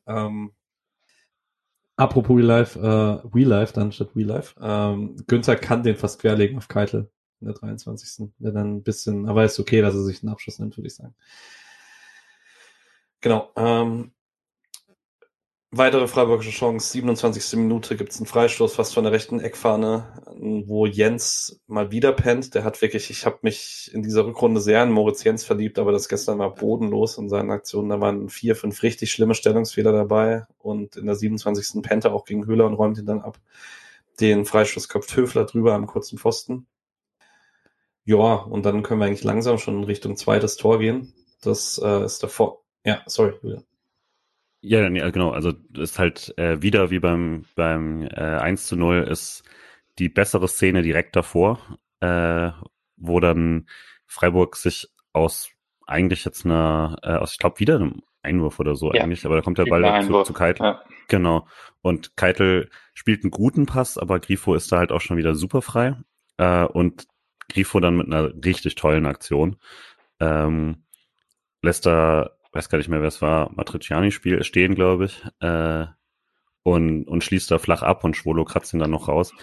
Apropos Real Life, Real Life dann statt Real Life. Günther kann den fast querlegen auf Keitel in der 23. Wenn dann ein bisschen, aber ist okay, dass er sich einen Abschluss nimmt, würde ich sagen. Genau. Weitere freiburgische Chance, 27. Minute gibt's einen Freistoß fast von der rechten Eckfahne, wo Jens mal wieder pennt. Der hat wirklich, ich habe mich in dieser Rückrunde sehr in Moritz Jens verliebt, aber das gestern war bodenlos in seinen Aktionen. Da waren 4, 5 richtig schlimme Stellungsfehler dabei und in der 27. pennt er auch gegen Höhler und räumt ihn dann ab. Den Freistoß köpft Höfler drüber am kurzen Pfosten. Ja, und dann können wir eigentlich langsam schon in Richtung zweites Tor gehen. Das ist davor. Ja, sorry, Julian. Ja, nee, genau. Also das ist halt wieder wie beim 1:0 ist die bessere Szene direkt davor, wo dann Freiburg sich aus eigentlich jetzt aus, ich glaube, wieder einem Einwurf oder so Ja, eigentlich, aber da kommt der Ball übler dann zu Einwurf. Keitel. Ja. Genau. Und Keitel spielt einen guten Pass, aber Grifo ist da halt auch schon wieder super frei. Und Grifo dann mit einer richtig tollen Aktion. Ähm, lässt da, weiß gar nicht mehr, wer es war, Matriciani stehen, glaube ich, und schließt da flach ab und Schwolo kratzt ihn dann noch raus.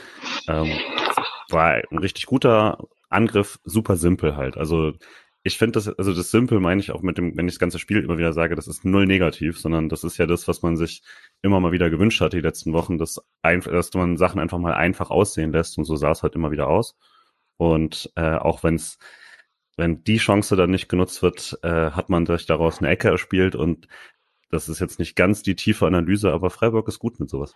War ein richtig guter Angriff, super simpel halt. Also ich finde das simpel meine ich auch mit dem, wenn ich das ganze Spiel immer wieder sage, das ist null negativ, sondern das ist ja das, was man sich immer mal wieder gewünscht hat die letzten Wochen, dass man Sachen einfach mal einfach aussehen lässt und so sah es halt immer wieder aus. Und auch wenn die Chance dann nicht genutzt wird, hat man sich daraus eine Ecke erspielt und das ist jetzt nicht ganz die tiefe Analyse, aber Freiburg ist gut mit sowas.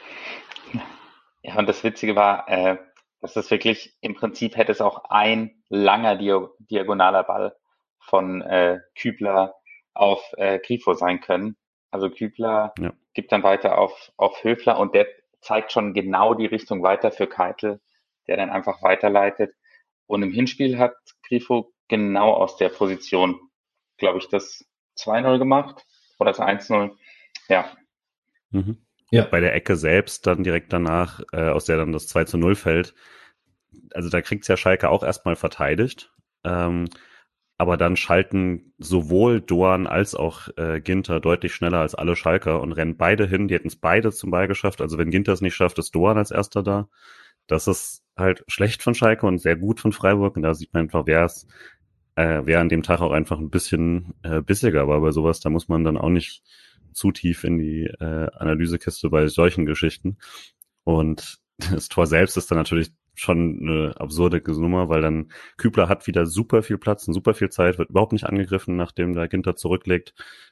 Ja, und das Witzige war, dass es wirklich, im Prinzip hätte es auch ein langer diagonaler Ball von Kübler auf Grifo sein können. Also Kübler Ja. gibt dann weiter auf Höfler und der zeigt schon genau die Richtung weiter für Keitel, der dann einfach weiterleitet. Und im Hinspiel hat Grifo genau aus der Position, glaube ich, das 2:0 gemacht oder das 1:0. Ja, Mhm. Ja, Bei der Ecke selbst dann direkt danach, aus der dann das 2:0 fällt, also da kriegt's ja Schalke auch erstmal verteidigt. Ähm, aber dann schalten sowohl Doan als auch Ginter deutlich schneller als alle Schalker und rennen beide hin. Die hätten es beide zum Ball geschafft. Also wenn Ginter es nicht schafft, ist Doan als erster da. Das ist halt schlecht von Schalke und sehr gut von Freiburg. Und da sieht man einfach, wer an dem Tag auch einfach ein bisschen bissiger war bei sowas. Da muss man dann auch nicht zu tief in die Analysekiste bei solchen Geschichten. Und das Tor selbst ist dann natürlich schon eine absurde Nummer, weil dann Kübler hat wieder super viel Platz und super viel Zeit, wird überhaupt nicht angegriffen, nachdem der Ginter zurücklegt,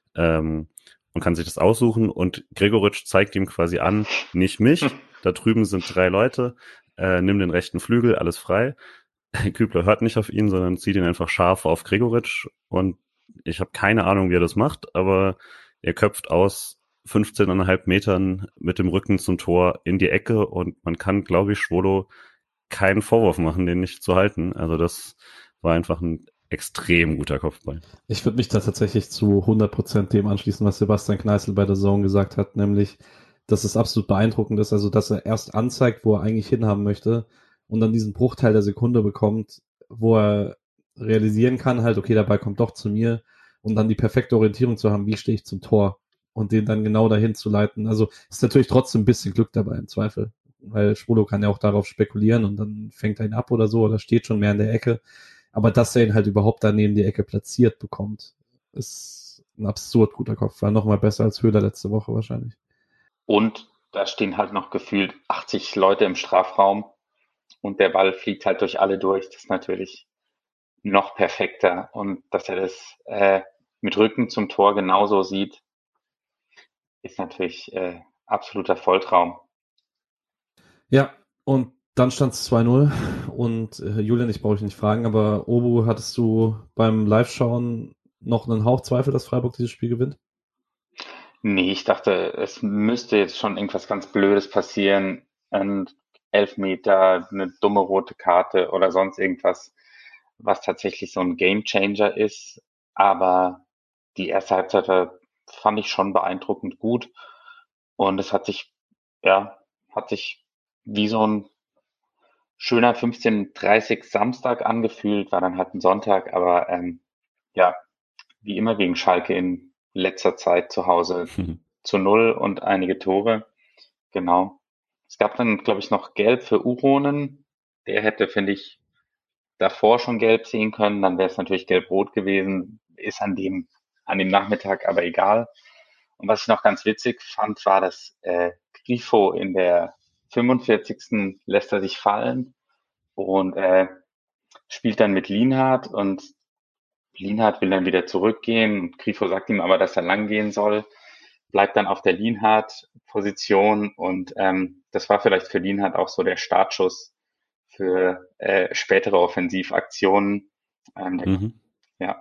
und kann sich das aussuchen und Gregoritsch zeigt ihm quasi an, nicht mich, da drüben sind 3 Leute, nimm den rechten Flügel, alles frei. Kübler hört nicht auf ihn, sondern zieht ihn einfach scharf auf Gregoritsch und ich habe keine Ahnung, wie er das macht, aber er köpft aus 15,5 Metern mit dem Rücken zum Tor in die Ecke und man kann, glaube ich, Schwolo keinen Vorwurf machen, den nicht zu halten. Also das war einfach ein extrem guter Kopfball. ich würde mich da tatsächlich zu 100% dem anschließen, was Sebastian Kneißl bei der Zone gesagt hat, nämlich, dass es absolut beeindruckend ist, also dass er erst anzeigt, wo er eigentlich hinhaben möchte und dann diesen Bruchteil der Sekunde bekommt, wo er realisieren kann, halt, okay, der Ball kommt doch zu mir und dann die perfekte Orientierung zu haben, wie stehe ich zum Tor und den dann genau dahin zu leiten. Also ist natürlich trotzdem ein bisschen Glück dabei im Zweifel, weil Schwolo kann ja auch darauf spekulieren und dann fängt er ihn ab oder so oder steht schon mehr in der Ecke. Aber dass er ihn halt überhaupt daneben die Ecke platziert bekommt, ist ein absurd guter Kopf. War nochmal besser als Höhler letzte Woche wahrscheinlich. und da stehen halt noch gefühlt 80 Leute im Strafraum und der Ball fliegt halt durch alle durch. Das ist natürlich noch perfekter. Und dass er das mit Rücken zum Tor genauso sieht, ist natürlich absoluter Volltraum. Ja, und dann stand es 2:0 und Julian, ich brauche dich nicht fragen, aber Obu, hattest du beim Live-Schauen noch einen Hauch Zweifel, dass Freiburg dieses Spiel gewinnt? Nee, ich dachte, es müsste jetzt schon irgendwas ganz Blödes passieren. Ein Elfmeter, eine dumme rote Karte oder sonst irgendwas, was tatsächlich so ein Gamechanger ist. Aber die erste Halbzeit fand ich schon beeindruckend gut. Und es ja, hat sich wie so ein schöner 15:30 Samstag angefühlt, war dann halt ein Sonntag, aber ja, wie immer gegen Schalke in letzter Zeit zu Hause 0 und einige Tore. Genau. Es gab dann, glaube ich, noch Gelb für Uronen. Der hätte, finde ich, davor schon gelb sehen können. Dann wäre es natürlich gelb-rot gewesen. Ist an dem Nachmittag aber egal. Und was ich noch ganz witzig fand, war, dass Grifo in der 45. lässt er sich fallen und spielt dann mit Lienhardt und Lienhardt will dann wieder zurückgehen und Grifo sagt ihm aber, dass er lang gehen soll, bleibt dann auf der Lienhardt-Position und das war vielleicht für Lienhardt auch so der Startschuss für spätere Offensivaktionen. Mhm. Ja.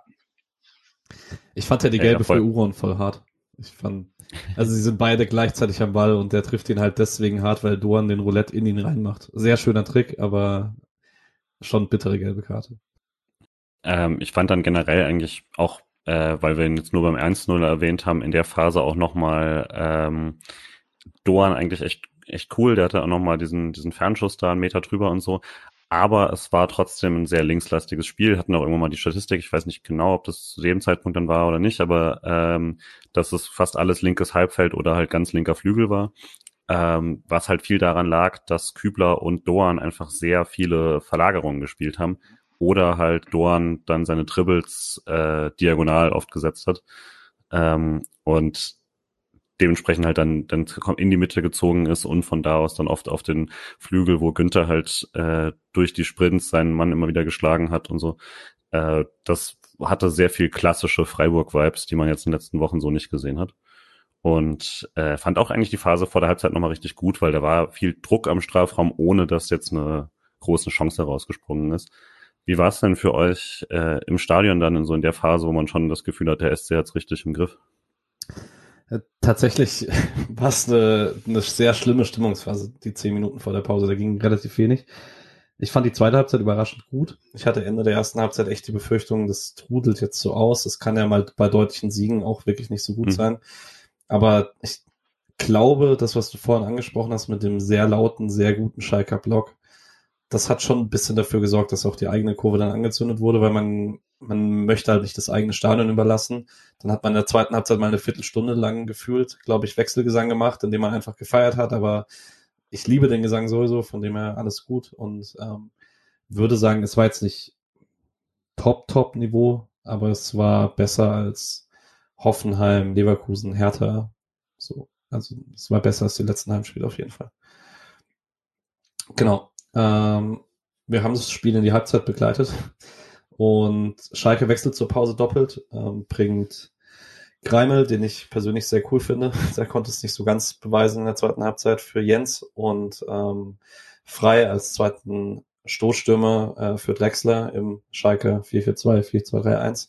Ich fand ja die gelbe für Uron voll hart. Also sie sind beide gleichzeitig am Ball und der trifft ihn halt deswegen hart, weil Doan den Roulette in ihn reinmacht. Sehr schöner Trick, aber schon bittere gelbe Karte. Ich fand dann generell eigentlich auch, weil wir ihn jetzt nur beim 1-0 erwähnt haben, in der Phase auch nochmal Doan eigentlich echt cool. Der hatte auch nochmal diesen Fernschuss da einen Meter drüber und so. Aber es war trotzdem ein sehr linkslastiges Spiel. Hatten auch irgendwann mal die Statistik. Ich weiß nicht genau, ob das zu dem Zeitpunkt dann war oder nicht, aber dass es fast alles linkes Halbfeld oder halt ganz linker Flügel war. Was halt viel daran lag, dass Kübler und Doan einfach sehr viele Verlagerungen gespielt haben oder halt Doan dann seine Dribbles diagonal oft gesetzt hat und dementsprechend halt dann in die Mitte gezogen ist und von da aus dann oft auf den Flügel, wo Günther halt durch die Sprints seinen Mann immer wieder geschlagen hat und so. Das hatte sehr viel klassische Freiburg-Vibes, die man jetzt in den letzten Wochen so nicht gesehen hat. Und fand auch eigentlich die Phase vor der Halbzeit nochmal richtig gut, weil da war viel Druck am Strafraum, ohne dass jetzt eine große Chance herausgesprungen ist. Wie war es denn für euch im Stadion dann in der Phase, wo man schon das Gefühl hat, der SC hat's richtig im Griff? Tatsächlich war es eine sehr schlimme Stimmungsphase, die 10 Minuten vor der Pause. Da ging relativ wenig. Ich fand die zweite Halbzeit überraschend gut. Ich hatte Ende der ersten Halbzeit echt die Befürchtung, das trudelt jetzt so aus. Das kann ja mal bei deutlichen Siegen auch wirklich nicht so gut sein. Aber ich glaube, das, was du vorhin angesprochen hast mit dem sehr lauten, sehr guten Schalker Block, das hat schon ein bisschen dafür gesorgt, dass auch die eigene Kurve dann angezündet wurde, weil man möchte halt nicht das eigene Stadion überlassen. Dann hat man in der zweiten Halbzeit mal eine Viertelstunde lang gefühlt, glaube ich, Wechselgesang gemacht, indem man einfach gefeiert hat, aber ich liebe den Gesang sowieso, von dem her alles gut und würde sagen, es war jetzt nicht Top-Niveau, aber es war besser als Hoffenheim, Leverkusen, Hertha. So, also es war besser als die letzten Heimspiele auf jeden Fall. Genau. Wir haben das Spiel in die Halbzeit begleitet und Schalke wechselt zur Pause doppelt, bringt Greimel, den ich persönlich sehr cool finde. Der konnte es nicht so ganz beweisen in der zweiten Halbzeit für Jens und Frei als zweiten Stoßstürmer für Drexler im Schalke 4-4-2, 4-2-3-1.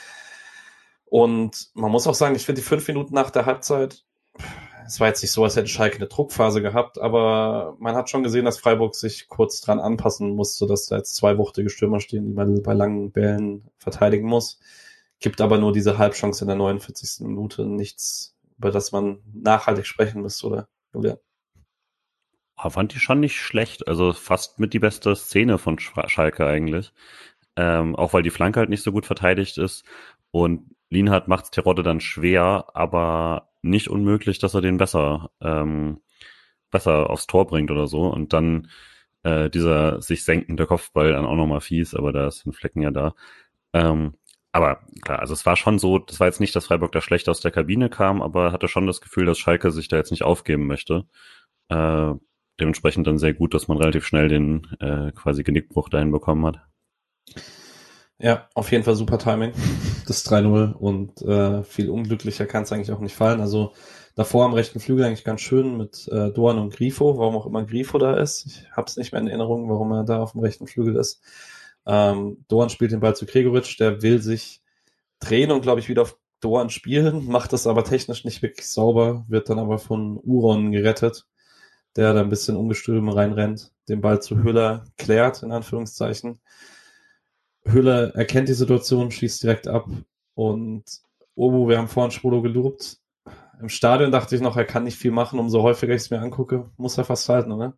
Und man muss auch sagen, ich finde die 5 Minuten nach der Halbzeit, es war jetzt nicht so, als hätte Schalke eine Druckphase gehabt, aber man hat schon gesehen, dass Freiburg sich kurz dran anpassen musste, dass da jetzt 2 wuchtige Stürmer stehen, die man bei langen Bällen verteidigen muss. Gibt aber nur diese Halbchance in der 49. Minute, nichts, über das man nachhaltig sprechen müsste, oder Julian? Fand die schon nicht schlecht, also fast mit die beste Szene von Schalke eigentlich. Auch weil die Flanke halt nicht so gut verteidigt ist und Lienhardt macht's Terodde dann schwer, aber nicht unmöglich, dass er den besser aufs Tor bringt oder so und dann dieser sich senkende Kopfball dann auch nochmal fies, aber da ist ein Flecken ja da. Aber klar, also es war schon so, das war jetzt nicht, dass Freiburg da schlecht aus der Kabine kam, aber hatte schon das Gefühl, dass Schalke sich da jetzt nicht aufgeben möchte. Dementsprechend dann sehr gut, dass man relativ schnell den quasi Genickbruch dahin bekommen hat. Ja, auf jeden Fall super Timing, das 3-0 und viel unglücklicher kann es eigentlich auch nicht fallen. Also davor am rechten Flügel eigentlich ganz schön mit Doan und Grifo, warum auch immer Grifo da ist. Ich habe es nicht mehr in Erinnerung, warum er da auf dem rechten Flügel ist. Doan spielt den Ball zu Gregoritsch, der will sich drehen und glaube ich wieder auf Doan spielen, macht das aber technisch nicht wirklich sauber, wird dann aber von Uron gerettet, der da ein bisschen ungestüm reinrennt, den Ball zu Hüller klärt, in Anführungszeichen. Hüller erkennt die Situation, schießt direkt ab und wir haben vorhin Schwolo gelobt. Im Stadion dachte ich noch, er kann nicht viel machen, umso häufiger ich es mir angucke, muss er fast halten, oder?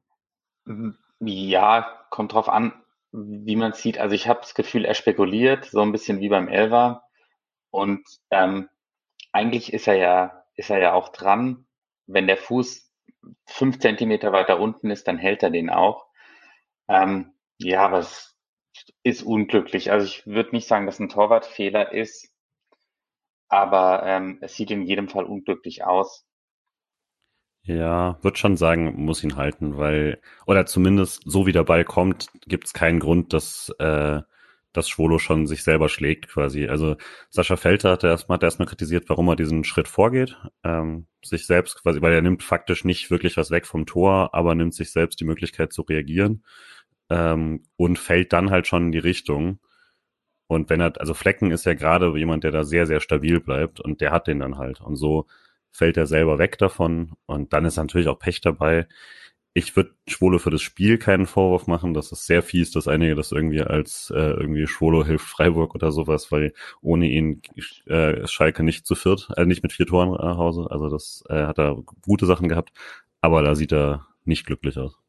Ja, kommt drauf an, wie man sieht. Also ich habe das Gefühl, er spekuliert, so ein bisschen wie beim Elfer. Und eigentlich ist er ja auch dran. Wenn der Fuß 5 Zentimeter weiter unten ist, dann hält er den auch. Ja, aber es ist unglücklich. Also ich würde nicht sagen, dass ein Torwartfehler ist, aber es sieht in jedem Fall unglücklich aus. Ja, würde schon sagen, muss ihn halten, weil, oder zumindest so wie der Ball kommt, gibt es keinen Grund, dass Schwolo schon sich selber schlägt quasi. Also Sascha Felter hat erstmal kritisiert, warum er diesen Schritt vorgeht, sich selbst quasi, weil er nimmt faktisch nicht wirklich was weg vom Tor, aber nimmt sich selbst die Möglichkeit zu reagieren. und fällt dann halt schon in die Richtung. Und wenn er, also Flecken ist ja gerade jemand, der da sehr, sehr stabil bleibt und der hat den dann halt. Und so fällt er selber weg davon und dann ist natürlich auch Pech dabei. Ich würde Schwolo für das Spiel keinen Vorwurf machen. Das ist sehr fies, dass einige das irgendwie als irgendwie Schwolo hilft Freiburg oder sowas, weil ohne ihn Schalke nicht zu viert, nicht mit 4 Toren nach Hause. Also das hat er gute Sachen gehabt, aber da sieht er nicht glücklich aus.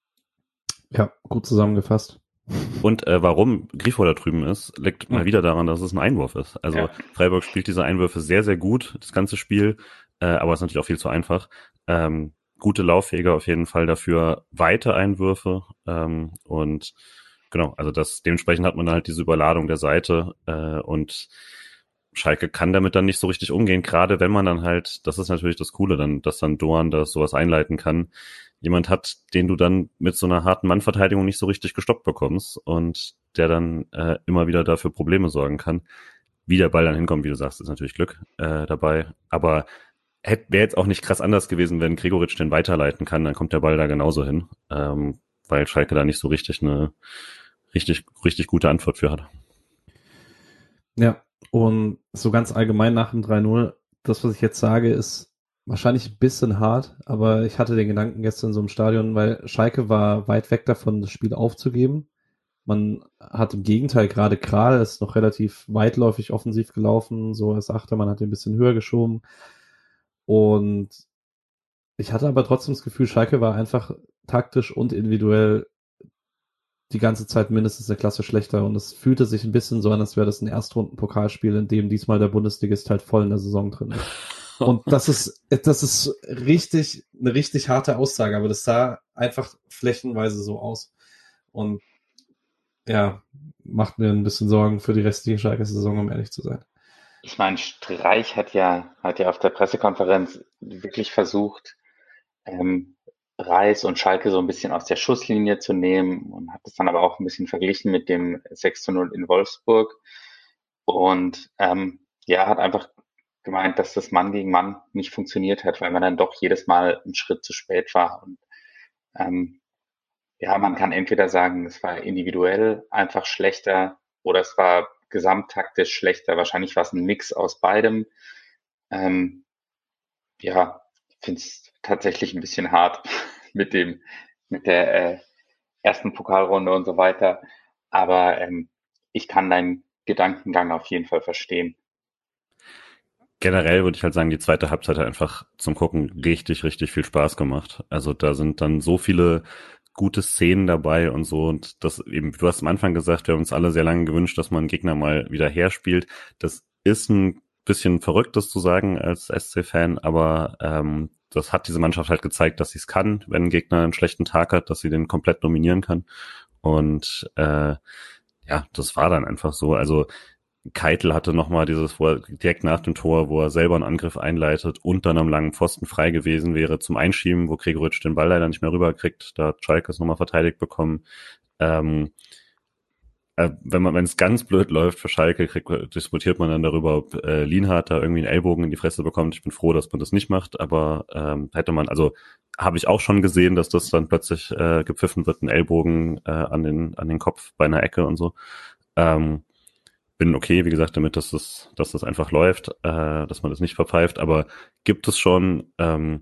Ja, gut zusammengefasst. Und warum Grifo da drüben ist, liegt mal wieder daran, dass es ein Einwurf ist. Also Ja. Freiburg spielt diese Einwürfe sehr, sehr gut, das ganze Spiel, aber ist natürlich auch viel zu einfach. Gute Laufwege auf jeden Fall dafür, weite Einwürfe und genau, also dementsprechend hat man halt diese Überladung der Seite und Schalke kann damit dann nicht so richtig umgehen, gerade wenn man dann halt, das ist natürlich das Coole, dann, dass dann Doan das sowas einleiten kann, jemand hat, den du dann mit so einer harten Mannverteidigung nicht so richtig gestoppt bekommst und der dann immer wieder dafür Probleme sorgen kann. Wie der Ball dann hinkommt, wie du sagst, ist natürlich Glück dabei, aber wäre jetzt auch nicht krass anders gewesen, wenn Gregoritsch den weiterleiten kann, dann kommt der Ball da genauso hin, weil Schalke da nicht so richtig eine richtig gute Antwort für hat. Ja, und so ganz allgemein nach dem 3-0, das, was ich jetzt sage, ist wahrscheinlich ein bisschen hart, aber ich hatte den Gedanken gestern so im Stadion, weil Schalke war weit weg davon, das Spiel aufzugeben. Man hat im Gegenteil, gerade Kral ist noch relativ weitläufig offensiv gelaufen, so als Achter, man hat ihn ein bisschen höher geschoben. Und ich hatte aber trotzdem das Gefühl, Schalke war einfach taktisch und individuell die ganze Zeit mindestens eine Klasse schlechter und es fühlte sich ein bisschen so an, als wäre das ein Erstrunden-Pokalspiel, in dem diesmal der Bundesligist halt voll in der Saison drin ist. Und das ist richtig, eine richtig harte Aussage, aber das sah einfach flächenweise so aus. Und ja, macht mir ein bisschen Sorgen für die restliche Schalke-Saison, um ehrlich zu sein. Ich meine, Streich hat ja auf der Pressekonferenz wirklich versucht, ähm, Reis und Schalke so ein bisschen aus der Schusslinie zu nehmen und hat es dann aber auch ein bisschen verglichen mit dem 6:0 in Wolfsburg. Und ja, hat einfach gemeint, dass das Mann gegen Mann nicht funktioniert hat, weil man dann doch jedes Mal einen Schritt zu spät war. Und ähm, ja, man kann entweder sagen, es war individuell einfach schlechter oder es war gesamttaktisch schlechter. Wahrscheinlich war es ein Mix aus beidem. Ähm, ja, ich finde es tatsächlich ein bisschen hart mit mit der ersten Pokalrunde und so weiter. Aber ich kann deinen Gedankengang auf jeden Fall verstehen. Generell würde ich halt sagen, die zweite Halbzeit hat einfach zum Gucken richtig, richtig viel Spaß gemacht. Also da sind dann so viele gute Szenen dabei und so. Und das eben, du hast am Anfang gesagt, wir haben uns alle sehr lange gewünscht, dass man einen Gegner mal wieder herspielt. Das ist ein bisschen verrückt, das zu sagen als SC-Fan, aber das hat diese Mannschaft halt gezeigt, dass sie es kann, wenn ein Gegner einen schlechten Tag hat, dass sie den komplett dominieren kann. Und ja, das war dann einfach so. Also Keitel hatte nochmal dieses, wo er direkt nach dem Tor, wo er selber einen Angriff einleitet und dann am langen Pfosten frei gewesen wäre zum Einschieben, wo Gregoritsch den Ball leider nicht mehr rüberkriegt. Da hat Schalke es nochmal verteidigt bekommen. Wenn es ganz blöd läuft für Schalke, diskutiert man dann darüber, ob Lienhardt da irgendwie einen Ellbogen in die Fresse bekommt. Ich bin froh, dass man das nicht macht, aber hätte man, also habe ich auch schon gesehen, dass das dann plötzlich gepfiffen wird, ein Ellbogen an den Kopf bei einer Ecke und so. Bin okay, wie gesagt, damit, dass das einfach läuft, dass man das nicht verpfeift, aber gibt es schon,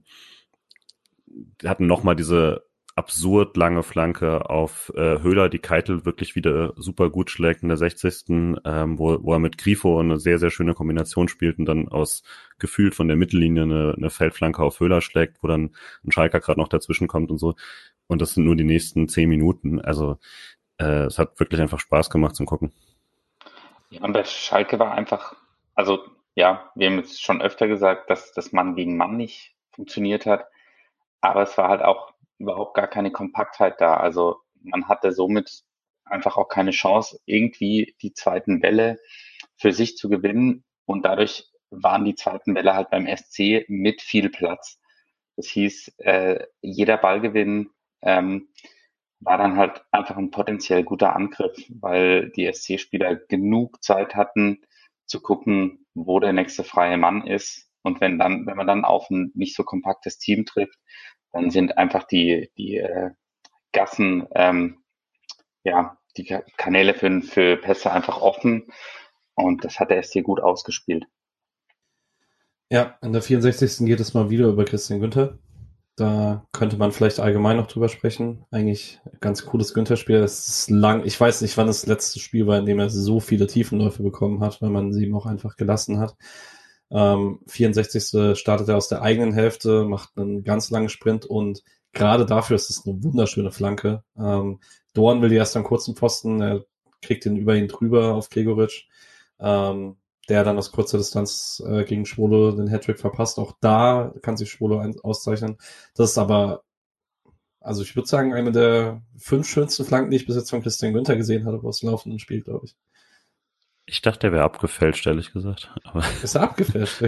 hatten nochmal diese absurd lange Flanke auf Höhler, die Keitel wirklich wieder super gut schlägt in der 60. Wo er mit Grifo eine sehr, sehr schöne Kombination spielt und dann aus gefühlt von der Mittellinie eine Feldflanke auf Höhler schlägt, wo dann ein Schalker gerade noch dazwischen kommt und so. Und das sind nur die nächsten 10 Minuten. Also es hat wirklich einfach Spaß gemacht zum Gucken. Ja, und bei Schalke war einfach, also ja, wir haben jetzt schon öfter gesagt, dass das Mann gegen Mann nicht funktioniert hat, aber es war halt auch überhaupt gar keine Kompaktheit da. Also man hatte somit einfach auch keine Chance, irgendwie die zweiten Bälle für sich zu gewinnen. Und dadurch waren die zweiten Bälle halt beim SC mit viel Platz. Das hieß, jeder Ballgewinn war dann halt einfach ein potenziell guter Angriff, weil die SC-Spieler genug Zeit hatten zu gucken, wo der nächste freie Mann ist. Und wenn man dann auf ein nicht so kompaktes Team trifft, dann sind einfach die Gassen ja, die Kanäle für Pässe einfach offen und das hat der SC gut ausgespielt. Ja, in der 64. geht es mal wieder über Christian Günther. Da könnte man vielleicht allgemein noch drüber sprechen. Eigentlich ganz cooles Günther-Spiel. Es ist lang. Ich weiß nicht, wann das letzte Spiel war, in dem er so viele Tiefenläufe bekommen hat, weil man sie ihm auch einfach gelassen hat. 64. startet er aus der eigenen Hälfte, macht einen ganz langen Sprint und gerade dafür ist es eine wunderschöne Flanke. Dorn will die erst am kurzen Pfosten, er kriegt den über ihn drüber auf Gregoritsch. Der dann aus kurzer Distanz gegen Schwolo den Hattrick verpasst. Auch da kann sich Schwolo auszeichnen. Das ist aber, also ich würde sagen, eine der 5 schönsten Flanken, die ich bis jetzt von Christian Günther gesehen habe aus dem laufenden Spiel, glaube ich. Ich dachte, der wäre abgefälscht, ehrlich gesagt. Aber Ist er abgefälscht?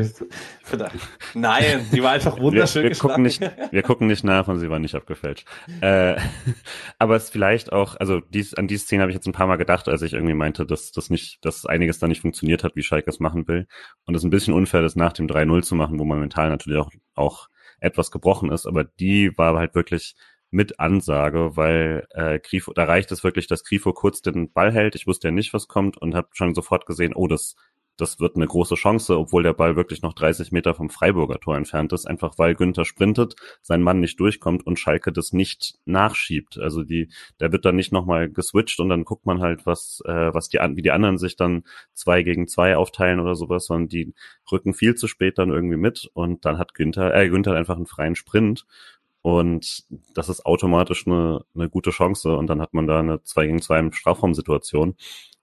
Nein, die war einfach wunderschön geschlagen. Wir gucken nicht nach und sie war nicht abgefälscht. Aber es vielleicht auch, also an die Szene habe ich jetzt ein paar Mal gedacht, als ich irgendwie meinte, dass einiges da nicht funktioniert hat, wie Schalke es machen will. Und es ist ein bisschen unfair, das nach dem 3-0 zu machen, wo man mental natürlich auch etwas gebrochen ist. Aber die war halt wirklich mit Ansage, weil Grifo, da reicht es wirklich, dass Grifo kurz den Ball hält. Ich wusste ja nicht, was kommt und habe schon sofort gesehen, oh, das wird eine große Chance, obwohl der Ball wirklich noch 30 Meter vom Freiburger Tor entfernt ist, einfach weil Günther sprintet, sein Mann nicht durchkommt und Schalke das nicht nachschiebt. Also der wird dann nicht nochmal geswitcht und dann guckt man halt, wie die anderen sich dann 2 gegen 2 aufteilen oder sowas, sondern die rücken viel zu spät dann irgendwie mit und dann hat Günther einfach einen freien Sprint. Und das ist automatisch eine gute Chance. Und dann hat man da eine 2 gegen 2 im Strafraumsituation.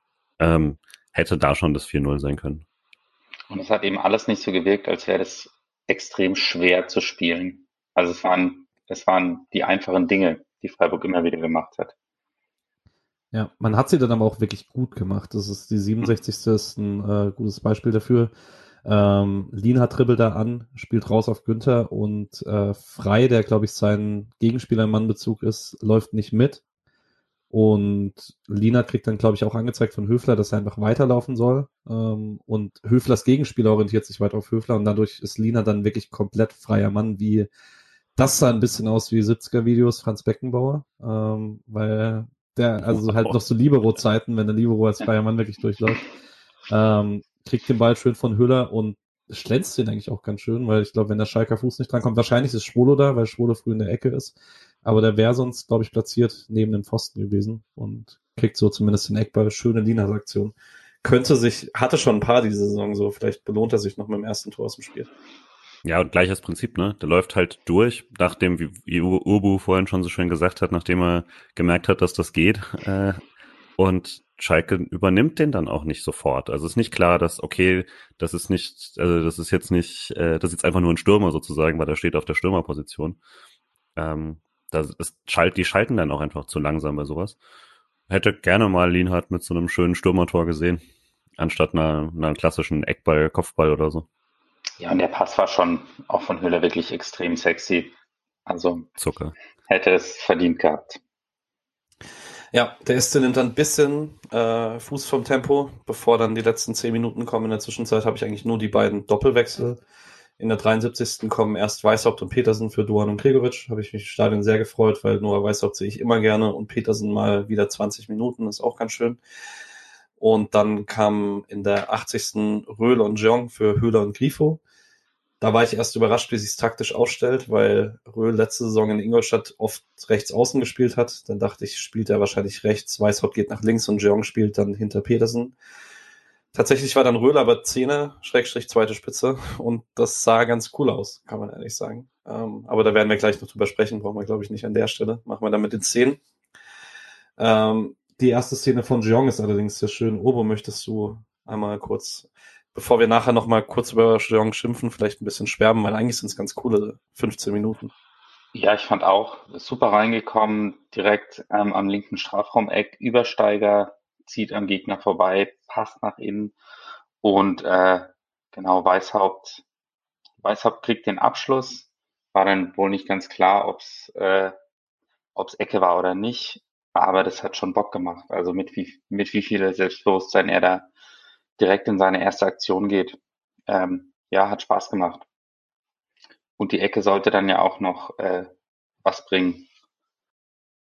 Hätte da schon das 4-0 sein können. Und es hat eben alles nicht so gewirkt, als wäre das extrem schwer zu spielen. Also es waren die einfachen Dinge, die Freiburg immer wieder gemacht hat. Ja, man hat sie dann aber auch wirklich gut gemacht. Das ist die 67. ist ein gutes Beispiel dafür. Lienhardt dribbelt da an, spielt raus auf Günther und Frei, der glaube ich sein Gegenspieler im Mannbezug ist, läuft nicht mit. Und Lienhardt kriegt dann glaube ich auch angezeigt von Höfler, dass er einfach weiterlaufen soll. Und Höflers Gegenspieler orientiert sich weiter auf Höfler und dadurch ist Lienhardt dann wirklich komplett freier Mann, wie das sah ein bisschen aus wie 70er-Videos Franz Beckenbauer, weil der, also halt noch so Libero-Zeiten, wenn der Libero als freier Mann wirklich durchläuft, kriegt den Ball schön von Höhler und schlänzt den eigentlich auch ganz schön, weil ich glaube, wenn der Schalker Fuß nicht drankommt, wahrscheinlich ist Schwolo da, weil Schwolo früh in der Ecke ist, aber der wäre sonst, glaube ich, platziert neben dem Pfosten gewesen und kriegt so zumindest den Eckball, schöne Linas-Aktion. Hatte schon ein paar diese Saison so, vielleicht belohnt er sich noch mit dem ersten Tor aus dem Spiel. Ja, und gleiches Prinzip, ne? Der läuft halt durch, nachdem, wie Urbu vorhin schon so schön gesagt hat, nachdem er gemerkt hat, dass das geht. Und Schalke übernimmt den dann auch nicht sofort. Also es ist nicht klar, dass, okay, das ist jetzt einfach nur ein Stürmer sozusagen, weil der steht auf der Stürmerposition. Die schalten dann auch einfach zu langsam bei sowas. Hätte gerne mal Lienhardt mit so einem schönen Stürmertor gesehen, anstatt einer klassischen Eckball, Kopfball oder so. Ja, und der Pass war schon auch von Höhler wirklich extrem sexy. Also Zucker. hätte es verdient gehabt. Ja, der Este nimmt dann ein bisschen Fuß vom Tempo, bevor dann die letzten 10 Minuten kommen. In der Zwischenzeit habe ich eigentlich nur die beiden Doppelwechsel. In der 73. kommen erst Weishaupt und Petersen für Duan und Gregoritsch. Habe ich mich im Stadion sehr gefreut, weil Noah Weishaupt sehe ich immer gerne und Petersen mal wieder 20 Minuten, ist auch ganz schön. Und dann kam in der 80. Röhl und Jeong für Höhler und Grifo. Da war ich erst überrascht, wie sie es taktisch aufstellt, weil Röhl letzte Saison in Ingolstadt oft rechts außen gespielt hat. Dann dachte ich, spielt er wahrscheinlich rechts, Weishaupt geht nach links und Jeong spielt dann hinter Petersen. Tatsächlich war dann Röhl aber Zehner, Schrägstrich zweite Spitze und das sah ganz cool aus, kann man ehrlich sagen. Aber da werden wir gleich noch drüber sprechen, brauchen wir glaube ich nicht an der Stelle. Machen wir dann mit den Szenen. Die erste Szene von Jeong ist allerdings sehr schön. Obo, möchtest du einmal kurz, bevor wir nachher noch mal kurz über Jeong schimpfen, vielleicht ein bisschen schwärmen, weil eigentlich sind es ganz coole 15 Minuten. Ja, ich fand auch super reingekommen, direkt am linken Strafraumeck, Übersteiger, zieht am Gegner vorbei, passt nach innen und genau, Weishaupt kriegt den Abschluss. War dann wohl nicht ganz klar, ob's Ecke war oder nicht, aber das hat schon Bock gemacht. Also mit wie viel Selbstbewusstsein er da direkt in seine erste Aktion geht. Ja, hat Spaß gemacht. Und die Ecke sollte dann ja auch noch was bringen.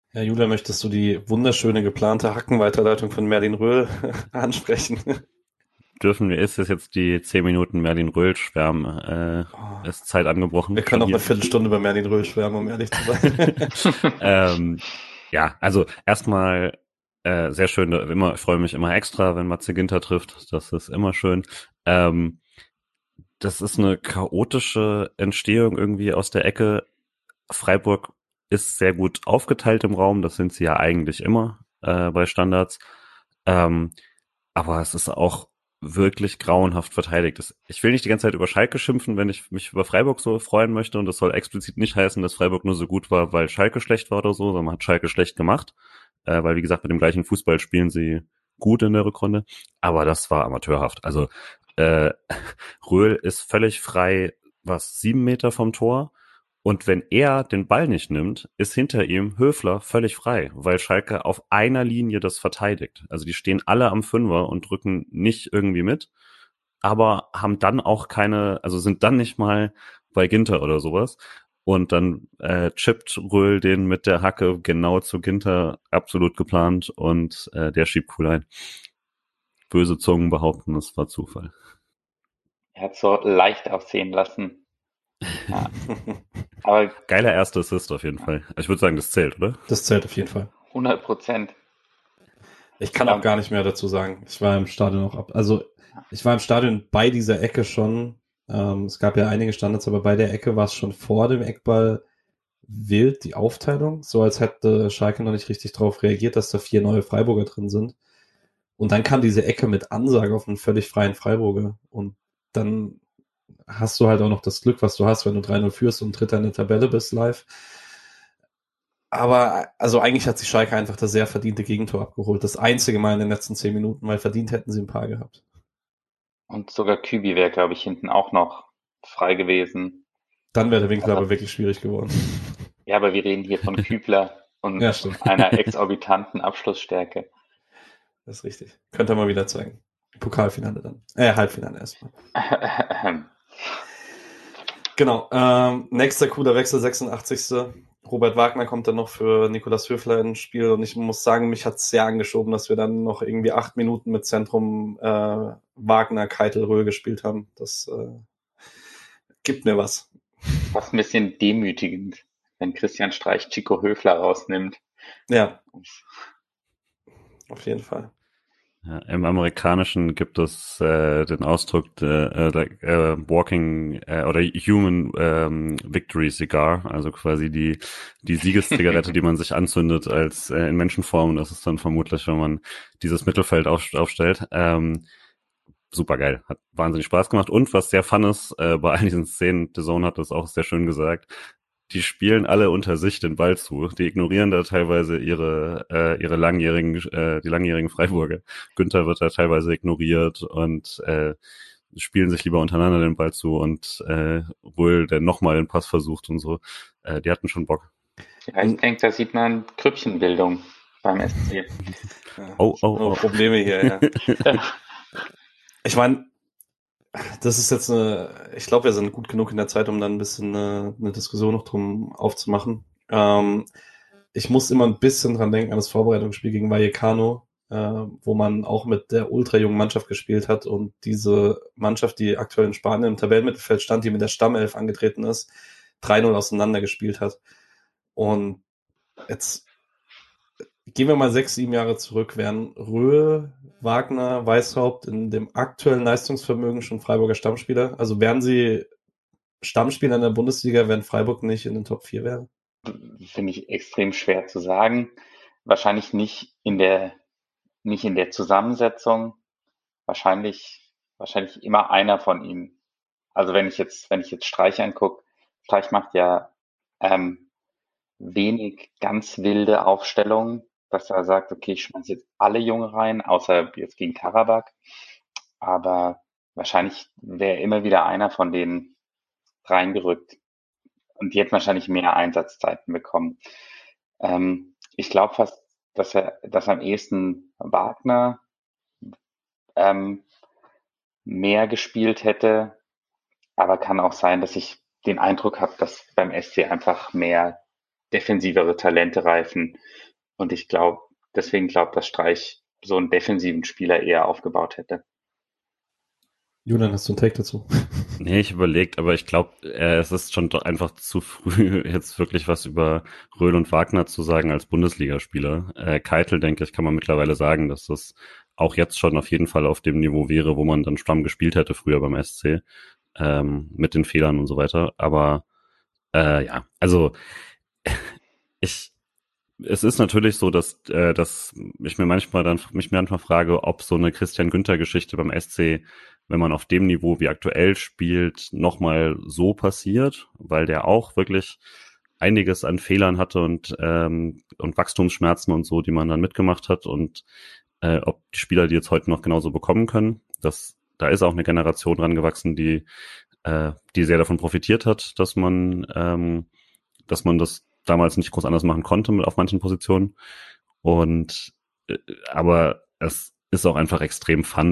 Ja, Julia, möchtest du die wunderschöne geplante Hackenweiterleitung von Merlin Röhl ansprechen? Ist es jetzt die 10 Minuten Merlin Röhl-Schwärm? Oh, Ist Zeit angebrochen wir können schon auch eine hier? Viertelstunde über Merlin Röhl schwärmen, um ehrlich zu sein. ähm, ja, also erstmal sehr schön, ich freue mich immer extra, wenn Matze Ginter trifft. Das ist immer schön. Ähm, Das ist eine chaotische Entstehung irgendwie aus der Ecke. Freiburg ist sehr gut aufgeteilt im Raum, das sind sie ja eigentlich immer bei Standards. Ähm, aber es ist auch wirklich grauenhaft verteidigt. Ich will nicht die ganze Zeit über Schalke schimpfen, wenn ich mich über Freiburg so freuen möchte. Und das soll explizit nicht heißen, dass Freiburg nur so gut war, weil Schalke schlecht war oder so, sondern man hat Schalke schlecht gemacht. Weil, wie gesagt, mit dem gleichen Fußball spielen sie gut in der Rückrunde. Aber das war amateurhaft. Also äh, Röhl ist völlig frei, 7 Meter vom Tor. Und wenn er den Ball nicht nimmt, ist hinter ihm Höfler völlig frei, weil Schalke auf einer Linie das verteidigt. Also die stehen alle am Fünfer und drücken nicht irgendwie mit, aber haben dann auch also sind dann nicht mal bei Ginter oder sowas. Und dann chippt Röhl den mit der Hacke genau zu Ginter, absolut geplant, und der schiebt cool ein. Böse Zungen behaupten, es war Zufall. Er hat so leicht aussehen lassen. Ja, aber Geiler erster Assist auf jeden Fall. Ich würde sagen, das zählt, oder? Das zählt auf jeden Fall. 100%. Ich kann auch Ja, gar nicht mehr dazu sagen. Ich war im Stadion also ich war im Stadion bei dieser Ecke schon. Es gab ja einige Standards, aber bei der Ecke war es schon vor dem Eckball wild, die Aufteilung. So als hätte Schalke noch nicht richtig darauf reagiert, dass da 4 neue Freiburger drin sind. Und dann kam diese Ecke mit Ansage auf einen völlig freien Freiburger. Und dann hast du halt auch noch das Glück, was du hast, wenn du 3-0 führst und Dritter in der Tabelle bist live. Aber also eigentlich hat sich Schalke einfach das sehr verdiente Gegentor abgeholt. Das einzige Mal in den letzten 10 Minuten, weil verdient hätten sie ein paar gehabt. und sogar Kübi wäre, glaube ich, hinten auch noch frei gewesen. Dann wäre der Winkel Also, aber wirklich schwierig geworden. ja, aber wir reden hier von Kübler Ja, und stimmt. einer exorbitanten Abschlussstärke. Das ist richtig. Könnt ihr mal wieder zeigen. Pokalfinale dann. Halbfinale erstmal. Genau. Nächster cooler Wechsel, 86. Robert Wagner kommt dann noch für Nikolaus Höfler ins Spiel und ich muss sagen, mich hat es sehr angeschoben, dass wir dann noch irgendwie 8 Minuten mit Zentrum Wagner, Keitel, Röhl gespielt haben. Das gibt mir was. Fast ein bisschen demütigend, wenn Christian Streich Chico Höfler rausnimmt. Ja, auf jeden Fall. Ja, im Amerikanischen gibt es den Ausdruck Walking oder Human Victory Cigar, also quasi die Siegeszigarette, die man sich anzündet als in Menschenform. Das ist dann vermutlich, wenn man dieses Mittelfeld aufstellt. Super geil, hat wahnsinnig Spaß gemacht. Und was sehr fun ist, bei all diesen Szenen, The Zone hat das auch sehr schön gesagt, die spielen alle unter sich den Ball zu. Die ignorieren da teilweise die langjährigen Freiburger. Günther wird da teilweise ignoriert und spielen sich lieber untereinander den Ball zu und Röhl, der nochmal den Pass versucht und so. Die hatten schon Bock. Ja, ich denke, da sieht man Krüppchenbildung beim SC. Ja, Oh. Probleme hier, ja. Ja. Ich meine, das ist jetzt ich glaube, wir sind gut genug in der Zeit, um dann ein bisschen eine Diskussion noch drum aufzumachen. Ich muss immer ein bisschen dran denken an das Vorbereitungsspiel gegen Vallecano, wo man auch mit der ultra jungen Mannschaft gespielt hat und diese Mannschaft, die aktuell in Spanien im Tabellenmittelfeld stand, die mit der Stammelf angetreten ist, 3-0 auseinandergespielt hat. Und jetzt gehen wir mal 6, 7 Jahre zurück, wären Röhl, Wagner, Weishaupt in dem aktuellen Leistungsvermögen schon Freiburger Stammspieler? Also wären sie Stammspieler in der Bundesliga, wenn Freiburg nicht in den Top 4 wäre? Finde ich extrem schwer zu sagen. Wahrscheinlich nicht in der Zusammensetzung. Wahrscheinlich immer einer von ihnen. Also wenn ich jetzt Streich angucke, Streich macht ja ähm, wenig ganz wilde Aufstellungen, dass er sagt, okay, ich schmeiße jetzt alle Junge rein, außer jetzt gegen Karabakh. Aber wahrscheinlich wäre immer wieder einer von denen reingerückt und die hätten wahrscheinlich mehr Einsatzzeiten bekommen. Ich glaube fast, dass am ehesten Wagner ähm, mehr gespielt hätte, aber kann auch sein, dass ich den Eindruck habe, dass beim SC einfach mehr defensivere Talente reifen. Und ich glaube, deswegen glaubt, dass Streich so einen defensiven Spieler eher aufgebaut hätte. Julian, hast du einen Take dazu? Nee, ich überlegt, aber ich glaube, es ist schon doch einfach zu früh, jetzt wirklich was über Röhl und Wagner zu sagen als Bundesligaspieler. Keitel, denke ich, kann man mittlerweile sagen, dass das auch jetzt schon auf jeden Fall auf dem Niveau wäre, wo man dann Stamm gespielt hätte früher beim SC, mit den Fehlern und so weiter. Aber ja, also ich es ist natürlich so, dass ich mich manchmal frage, ob so eine Christian Günther-Geschichte beim SC, wenn man auf dem Niveau wie aktuell spielt, nochmal so passiert, weil der auch wirklich einiges an Fehlern hatte und Wachstumsschmerzen und so, die man dann mitgemacht hat und ob die Spieler die jetzt heute noch genauso bekommen können. Da ist auch eine Generation rangewachsen, die sehr davon profitiert hat, dass man das damals nicht groß anders machen konnte auf manchen Positionen. Und aber es ist auch einfach extrem fun,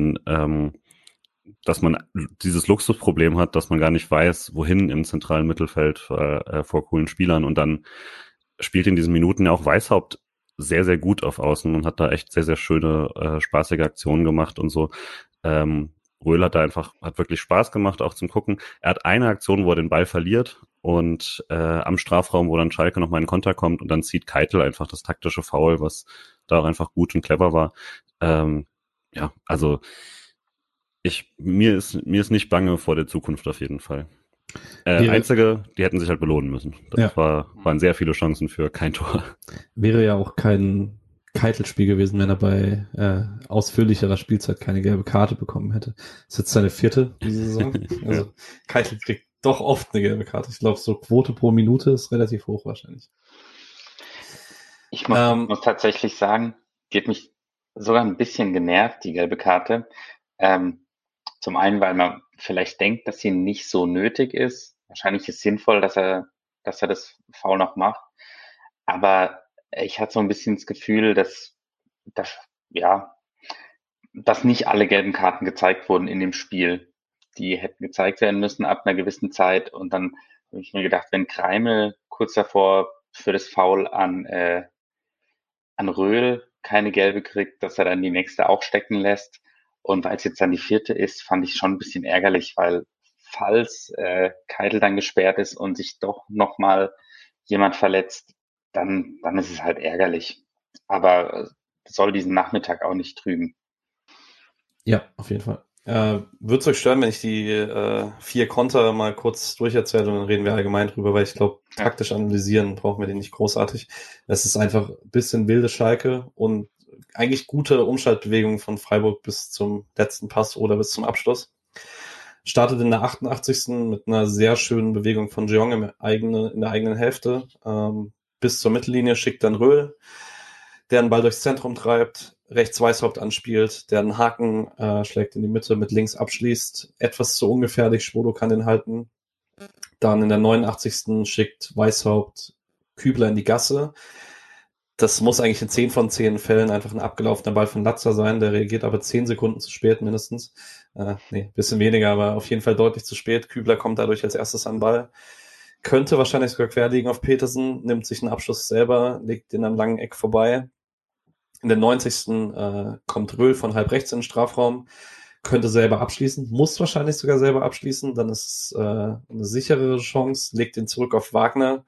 dass man dieses Luxusproblem hat, dass man gar nicht weiß, wohin im zentralen Mittelfeld vor coolen Spielern. Und dann spielt in diesen Minuten ja auch Weishaupt sehr, sehr gut auf Außen und hat da echt sehr, sehr schöne, spaßige Aktionen gemacht und so. Röhl hat wirklich Spaß gemacht, auch zum Gucken. Er hat eine Aktion, wo er den Ball verliert und am Strafraum, wo dann Schalke nochmal in Konter kommt und dann zieht Keitel einfach das taktische Foul, was da auch einfach gut und clever war. Ja, also mir ist nicht bange vor der Zukunft auf jeden Fall. Einzige, die hätten sich halt belohnen müssen. Das waren sehr viele Chancen für kein Tor. Wäre ja auch kein Keitel-Spiel gewesen, wenn er bei ausführlicherer Spielzeit keine gelbe Karte bekommen hätte. Das ist jetzt seine 4. diese Saison. Also Keitel kriegt doch oft eine gelbe Karte. Ich glaube, so Quote pro Minute ist relativ hoch wahrscheinlich. Ich muss tatsächlich sagen, die hat mich sogar ein bisschen genervt, die gelbe Karte. Zum einen, weil man vielleicht denkt, dass sie nicht so nötig ist. Wahrscheinlich ist es sinnvoll, dass er das Foul noch macht. Aber ich hatte so ein bisschen das Gefühl, dass nicht alle gelben Karten gezeigt wurden in dem Spiel. Die hätten gezeigt werden müssen ab einer gewissen Zeit. Und dann habe ich mir gedacht, wenn Kreimel kurz davor für das Foul an Röhl keine gelbe kriegt, dass er dann die nächste auch stecken lässt. Und weil es jetzt dann die 4. ist, fand ich schon ein bisschen ärgerlich, weil falls Keitel dann gesperrt ist und sich doch nochmal jemand verletzt, dann ist es halt ärgerlich. Aber soll diesen Nachmittag auch nicht trüben. Ja, auf jeden Fall. Würde es euch stören, wenn ich die 4 Konter mal kurz durcherzähle und dann reden wir allgemein drüber, weil ich glaube, taktisch analysieren brauchen wir den nicht großartig. Es ist einfach ein bisschen wilde Schalke und eigentlich gute Umschaltbewegungen von Freiburg bis zum letzten Pass oder bis zum Abschluss. Startet in der 88. mit einer sehr schönen Bewegung von Jeong in der eigenen Hälfte bis zur Mittellinie, schickt dann Röhl, der einen Ball durchs Zentrum treibt, rechts Weishaupt anspielt, der einen Haken schlägt in die Mitte, mit links abschließt. Etwas zu ungefährlich, Schwodo kann den halten. Dann in der 89. schickt Weishaupt Kübler in die Gasse. Das muss eigentlich in 10 von 10 Fällen einfach ein abgelaufener Ball von Latzer sein. Der reagiert aber 10 Sekunden zu spät mindestens. Bisschen weniger, aber auf jeden Fall deutlich zu spät. Kübler kommt dadurch als erstes an den Ball. Könnte wahrscheinlich sogar quer liegen auf Petersen, nimmt sich einen Abschluss selber, legt den am langen Eck vorbei. In der 90. Kommt Röhl von halb rechts in den Strafraum, könnte selber abschließen, muss wahrscheinlich sogar selber abschließen, dann ist es eine sicherere Chance, legt ihn zurück auf Wagner,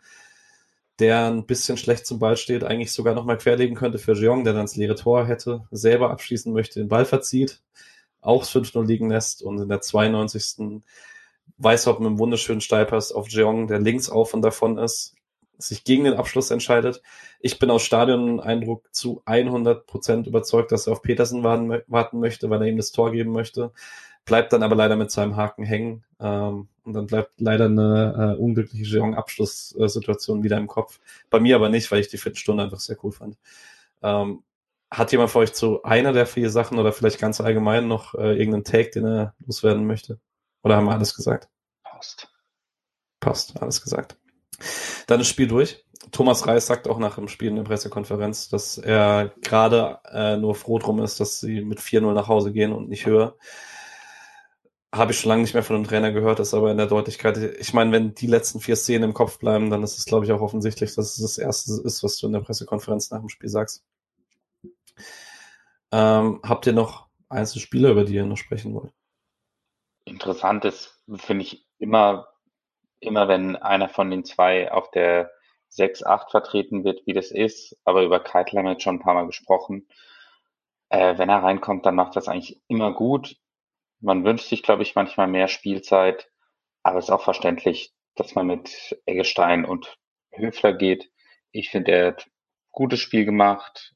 der ein bisschen schlecht zum Ball steht, eigentlich sogar nochmal querlegen könnte für Jeong, der dann das leere Tor hätte, selber abschließen möchte, den Ball verzieht, auch 5-0 liegen lässt und in der 92. Weishaupt mit einem wunderschönen Steilpass auf Jeong, der links auf und davon ist, sich gegen den Abschluss entscheidet. Ich bin aus Stadion-Eindruck zu 100% überzeugt, dass er auf Petersen warten möchte, weil er ihm das Tor geben möchte. Bleibt dann aber leider mit seinem Haken hängen. Und dann bleibt leider eine unglückliche Jeong-Abschlusssituation wieder im Kopf. Bei mir aber nicht, weil ich die Viertelstunde einfach sehr cool fand. Hat jemand für euch zu einer der 4 Sachen oder vielleicht ganz allgemein noch irgendeinen Take, den er loswerden möchte? Oder haben wir alles gesagt? Passt, alles gesagt. Dann ist das Spiel durch. Thomas Reis sagt auch nach dem Spiel in der Pressekonferenz, dass er gerade nur froh drum ist, dass sie mit 4-0 nach Hause gehen und nicht höher. habe ich schon lange nicht mehr von einem Trainer gehört, ist aber in der Deutlichkeit. Ich meine, wenn die letzten 4 Szenen im Kopf bleiben, dann ist es, glaube ich, auch offensichtlich, dass es das Erste ist, was du in der Pressekonferenz nach dem Spiel sagst. Habt ihr noch einzelne Spieler, über die ihr noch sprechen wollt? Interessant ist, finde ich immer wenn einer von den zwei auf der 6-8 vertreten wird, wie das ist, aber über Keitel haben wir jetzt schon ein paar Mal gesprochen. Wenn er reinkommt, dann macht das eigentlich immer gut. Man wünscht sich, glaube ich, manchmal mehr Spielzeit, aber es ist auch verständlich, dass man mit Eggestein und Höfler geht. Ich finde, er hat gutes Spiel gemacht.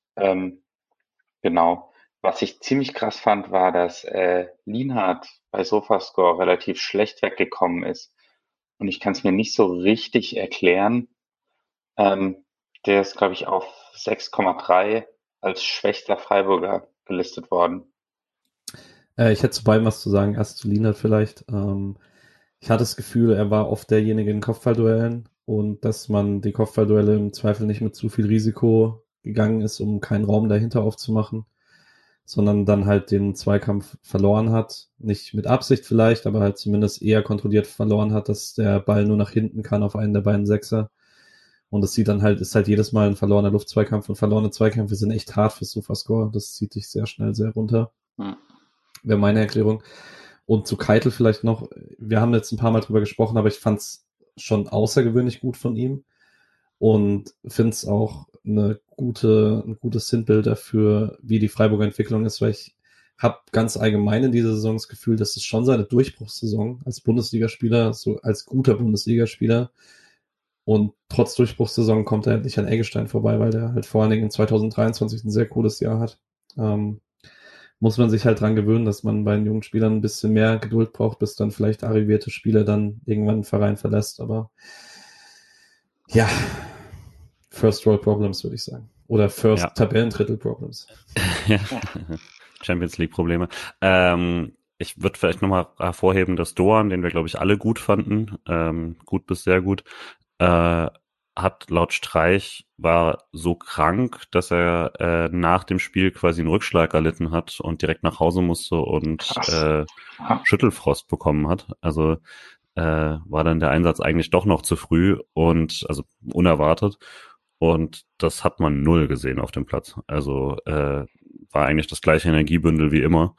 Genau. Was ich ziemlich krass fand, war, dass Lienhardt bei Sofascore relativ schlecht weggekommen ist. Und ich kann es mir nicht so richtig erklären. Ähm, Der ist, glaube ich, auf 6,3 als schwächster Freiburger gelistet worden. Ich hätte zu beidem was zu sagen. Erst zu Lienert vielleicht. Ich hatte das Gefühl, er war oft derjenige in Kopfballduellen und dass man die Kopfballduelle im Zweifel nicht mit zu viel Risiko gegangen ist, um keinen Raum dahinter aufzumachen, sondern dann halt den Zweikampf verloren hat. Nicht mit Absicht vielleicht, aber halt zumindest eher kontrolliert verloren hat, dass der Ball nur nach hinten kann auf einen der beiden Sechser. Und das sieht dann halt, ist halt jedes Mal ein verlorener Luftzweikampf und verlorene Zweikämpfe sind echt hart fürs Sofascore. Das zieht dich sehr schnell sehr runter. Hm. Wäre meine Erklärung. Und zu Keitel vielleicht noch, wir haben jetzt ein paar Mal drüber gesprochen, aber ich fand es schon außergewöhnlich gut von ihm und finde es auch ein gutes Sinnbild dafür, wie die Freiburger Entwicklung ist, weil ich habe ganz allgemein in dieser Saison das Gefühl, dass es schon seine Durchbruchssaison als Bundesligaspieler, so als guter Bundesligaspieler und trotz Durchbruchssaison kommt er endlich an Eggestein vorbei, weil der halt vor allen Dingen in 2023 ein sehr cooles Jahr hat. Muss man sich halt dran gewöhnen, dass man bei den jungen Spielern ein bisschen mehr Geduld braucht, bis dann vielleicht arrivierte Spieler dann irgendwann den Verein verlässt. Aber ja, First World Problems, würde ich sagen. Oder First Ja. Tabellendrittel Problems. Ja. Champions League Probleme. Ich würde vielleicht nochmal hervorheben, dass Doan, den wir, glaube ich, alle gut fanden, gut bis sehr gut, hat laut Streich, war so krank, dass er nach dem Spiel quasi einen Rückschlag erlitten hat und direkt nach Hause musste und Schüttelfrost bekommen hat. Also war dann der Einsatz eigentlich doch noch zu früh und also unerwartet. Und das hat man null gesehen auf dem Platz. Also war eigentlich das gleiche Energiebündel wie immer.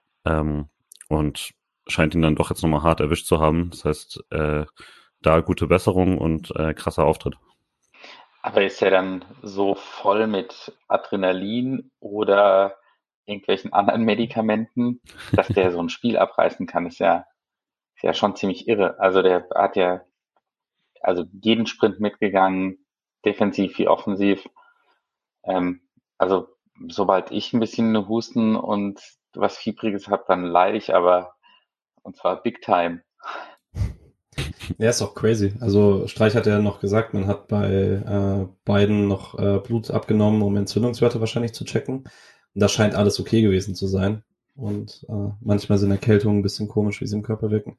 Und scheint ihn dann doch jetzt nochmal hart erwischt zu haben. Das heißt, da gute Besserung und krasser Auftritt. Aber ist er dann so voll mit Adrenalin oder irgendwelchen anderen Medikamenten, dass der so ein Spiel abreißen kann? Ist ja schon ziemlich irre. Also der hat ja also jeden Sprint mitgegangen, defensiv wie offensiv. Ähm, also sobald ich ein bisschen Husten und was Fiebriges habe, dann leide ich aber und zwar big time. Ja, ist auch crazy. Also Streich hat ja noch gesagt, man hat bei beiden noch Blut abgenommen, um Entzündungswerte wahrscheinlich zu checken. Und da scheint alles okay gewesen zu sein. Und manchmal sind Erkältungen ein bisschen komisch, wie sie im Körper wirken.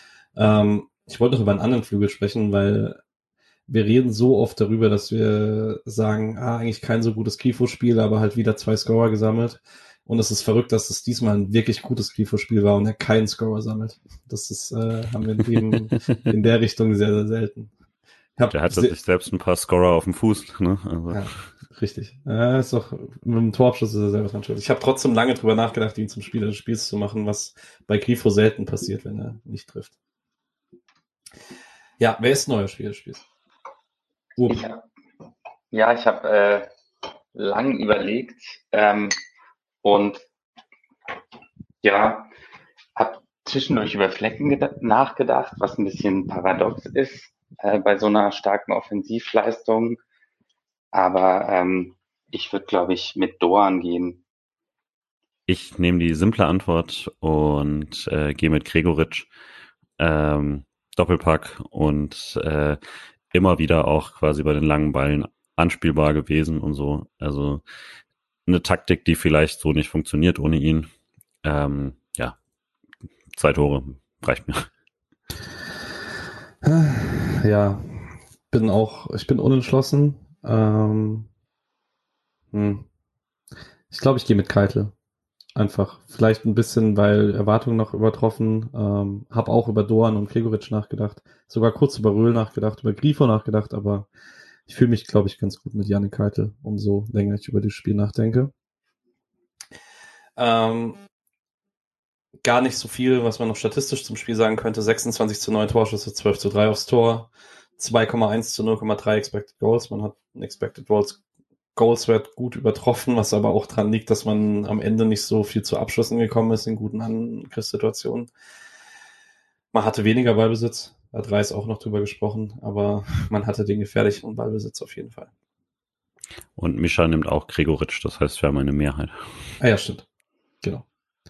Ich wollte noch über einen anderen Flügel sprechen, weil wir reden so oft darüber, dass wir sagen, eigentlich kein so gutes Grifo-Spiel, aber halt wieder 2 Scorer gesammelt. Und es ist verrückt, dass es diesmal ein wirklich gutes Grifo-Spiel war und er keinen Scorer sammelt. Das ist, haben wir eben in der Richtung sehr, sehr selten. Der hatte sich selbst ein paar Scorer auf dem Fuß. Ne? Also. Ja, richtig. Ist doch, mit dem Torabschluss ist er selber dran schuld. Ich habe trotzdem lange drüber nachgedacht, ihn zum Spieler des Spiels zu machen, was bei Grifo selten passiert, wenn er nicht trifft. Ja, wer ist neuer Spieler des Spiels? Ich habe lang überlegt und ja, habe zwischendurch über Flecken nachgedacht, was ein bisschen paradox ist bei so einer starken Offensivleistung. Aber ich würde, glaube ich, mit Doan gehen. Ich nehme die simple Antwort und gehe mit Gregoritsch. Doppelpack und immer wieder auch quasi bei den langen Ballen anspielbar gewesen und so. Also eine Taktik, die vielleicht so nicht funktioniert ohne ihn. Ja, 2 Tore reicht mir. Ja, ich bin unentschlossen. Ich glaube, ich gehe mit Keitel. Einfach vielleicht ein bisschen, weil Erwartungen noch übertroffen. Habe auch über Doan und Gregoritsch nachgedacht. Sogar kurz über Röhl nachgedacht, über Grifo nachgedacht, aber ich fühle mich, glaube ich, ganz gut mit Jannik Keitel, umso länger ich über das Spiel nachdenke. Gar nicht so viel, was man noch statistisch zum Spiel sagen könnte. 26:9 Torschüsse, 12:3 aufs Tor, 2,1 zu 0,3 Expected Goals. Man hat einen Expected Goals Wert gut übertroffen, was aber auch daran liegt, dass man am Ende nicht so viel zu Abschlüssen gekommen ist in guten Angriffssituationen. Man hatte weniger Ballbesitz, hat Reis auch noch drüber gesprochen, aber man hatte den gefährlichen Ballbesitz auf jeden Fall. Und Mischa nimmt auch Gregoritsch, das heißt, wir haben eine Mehrheit. Ah ja, stimmt. Genau.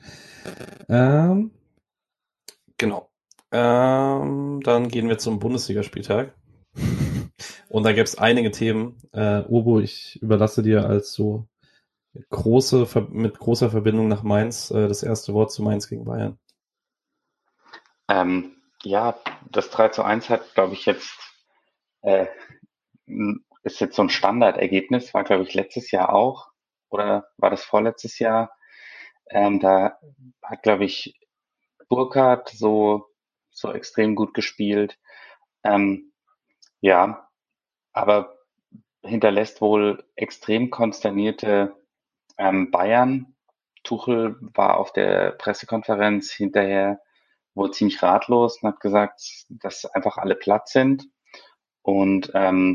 Genau. Dann gehen wir zum Bundesligaspieltag. Und da gäbe es einige Themen. Urbo, ich überlasse dir als so mit großer Verbindung nach Mainz das erste Wort zu Mainz gegen Bayern. Ja, das 3:1 hat, glaube ich, äh, ist jetzt so ein Standardergebnis, war, glaube ich, letztes Jahr auch, oder war das vorletztes Jahr? Da hat, glaube ich, Burkhardt so extrem gut gespielt. Ja, aber hinterlässt wohl extrem konsternierte Bayern. Tuchel war auf der Pressekonferenz hinterher wohl ziemlich ratlos und hat gesagt, dass einfach alle platt sind. Und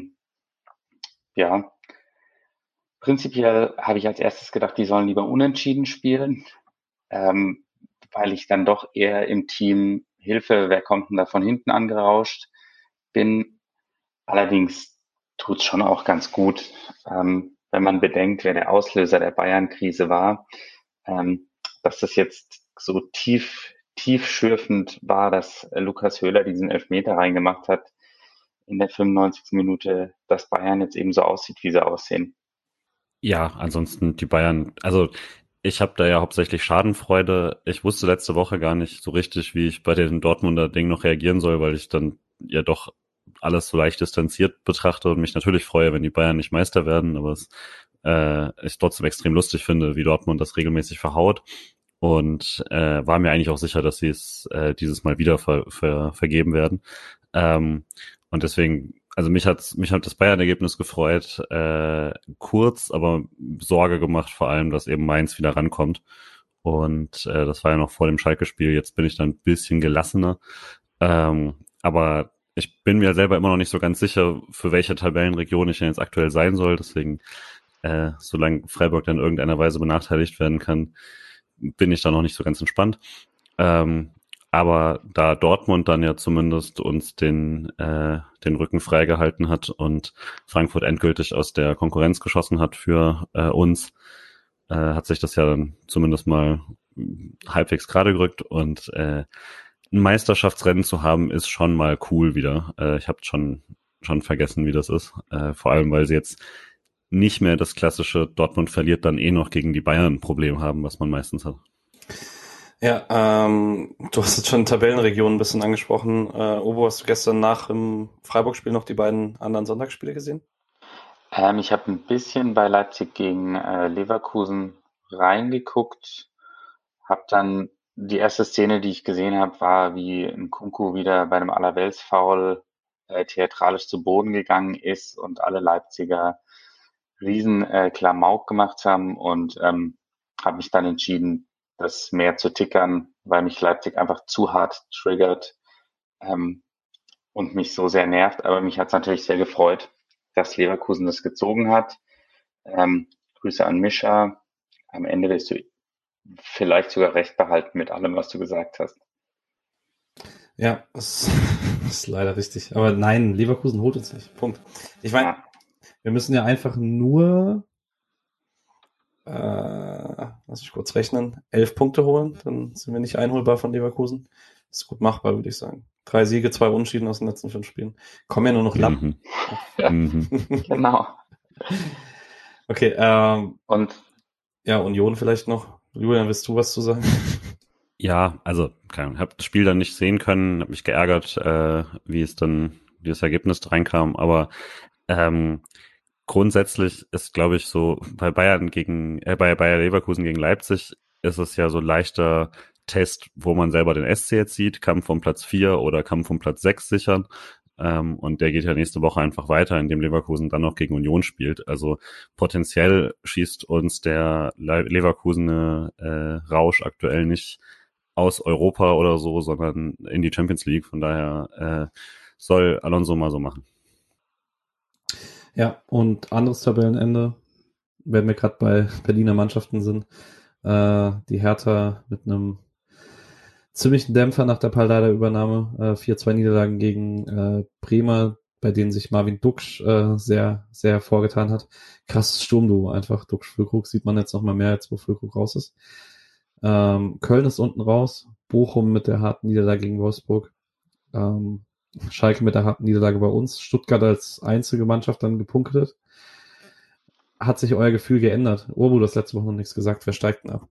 ja, prinzipiell habe ich als erstes gedacht, die sollen lieber unentschieden spielen, ähm, weil ich dann doch eher im Team Hilfe, wer kommt denn da von hinten angerauscht bin. Allerdings tut's schon auch ganz gut, wenn man bedenkt, wer der Auslöser der Bayern-Krise war, ähm, dass das jetzt so tiefschürfend war, dass Lukas Höhler diesen Elfmeter reingemacht hat in der 95. Minute, dass Bayern jetzt eben so aussieht, wie sie aussehen. Ja, ansonsten die Bayern, also ich habe da ja hauptsächlich Schadenfreude. Ich wusste letzte Woche gar nicht so richtig, wie ich bei den Dortmunder Ding noch reagieren soll, weil ich dann ja doch alles so leicht distanziert betrachte und mich natürlich freue, wenn die Bayern nicht Meister werden, aber es ich trotzdem extrem lustig finde, wie Dortmund das regelmäßig verhaut und war mir eigentlich auch sicher, dass sie es dieses Mal wieder vergeben werden. Und deswegen, also mich hat das Bayern-Ergebnis gefreut, kurz, aber Sorge gemacht, vor allem, dass eben Mainz wieder rankommt. Und das war ja noch vor dem Schalke-Spiel. Jetzt bin ich dann ein bisschen gelassener. Aber ich bin mir selber immer noch nicht so ganz sicher, für welche Tabellenregion ich denn jetzt aktuell sein soll. Deswegen, solange Freiburg dann in irgendeiner Weise benachteiligt werden kann, bin ich da noch nicht so ganz entspannt. Aber da Dortmund dann ja zumindest uns den Rücken freigehalten hat und Frankfurt endgültig aus der Konkurrenz geschossen hat für uns, hat sich das ja dann zumindest mal halbwegs gerade gerückt und ein Meisterschaftsrennen zu haben, ist schon mal cool wieder. Ich habe schon vergessen, wie das ist. Vor allem, weil sie jetzt nicht mehr das klassische Dortmund verliert dann eh noch gegen die Bayern Problem haben, was man meistens hat. Ja, du hast jetzt schon Tabellenregionen ein bisschen angesprochen. Obo, hast du gestern nach dem Freiburg-Spiel noch die beiden anderen Sonntagsspiele gesehen? Ich habe ein bisschen bei Leipzig gegen Leverkusen reingeguckt, habe dann die erste Szene, die ich gesehen habe, war, wie Nkunku wieder bei einem Allerweltsfoul theatralisch zu Boden gegangen ist und alle Leipziger riesen Klamauk gemacht haben und habe mich dann entschieden, das mehr zu tickern, weil mich Leipzig einfach zu hart triggert ähm, und mich so sehr nervt. Aber mich hat es natürlich sehr gefreut, dass Leverkusen das gezogen hat. Grüße an Mischa. Am Ende wirst du vielleicht sogar recht behalten mit allem, was du gesagt hast. Ja, das ist leider richtig. Aber nein, Leverkusen holt uns nicht. Punkt. Ich meine, Ja, wir müssen ja einfach nur, lass ich kurz rechnen, 11 Punkte holen, dann sind wir nicht einholbar von Leverkusen. Das ist gut machbar, würde ich sagen. 3 Siege, 2 Unentschieden aus den letzten 5 Spielen. Kommen ja nur noch Lappen. ja, genau. Okay, Und ja, Union vielleicht noch. Julian, willst du was zu sagen? Ja, also, keine Ahnung, habe das Spiel dann nicht sehen können, habe mich geärgert, wie das Ergebnis reinkam, aber grundsätzlich ist, glaube ich, so bei Bayer Leverkusen gegen Leipzig ist es ja so leichter Test, wo man selber den SC jetzt sieht, Kampf um Platz 4 oder Kampf um Platz 6 sichern. Und der geht ja nächste Woche einfach weiter, indem Leverkusen dann noch gegen Union spielt. Also potenziell schießt uns der Leverkusener Rausch aktuell nicht aus Europa oder so, sondern in die Champions League. Von daher soll Alonso mal so machen. Ja, und anderes Tabellenende, wenn wir gerade bei Berliner Mannschaften sind, die Hertha mit einem ziemlichen Dämpfer nach der Paldada-Übernahme, 4-2 Niederlagen gegen Bremer, bei denen sich Marvin Duksch sehr, sehr hervorgetan hat. Krasses Sturmduo einfach. Duksch-Füllkrug sieht man jetzt noch mal mehr, als wo Füllkrug raus ist. Köln ist unten raus, Bochum mit der harten Niederlage gegen Wolfsburg, Schalke mit der harten Niederlage bei uns, Stuttgart als einzige Mannschaft dann gepunktet. Hat sich euer Gefühl geändert? Urbu, du hast letzte Woche noch nichts gesagt. Wer steigt denn ab?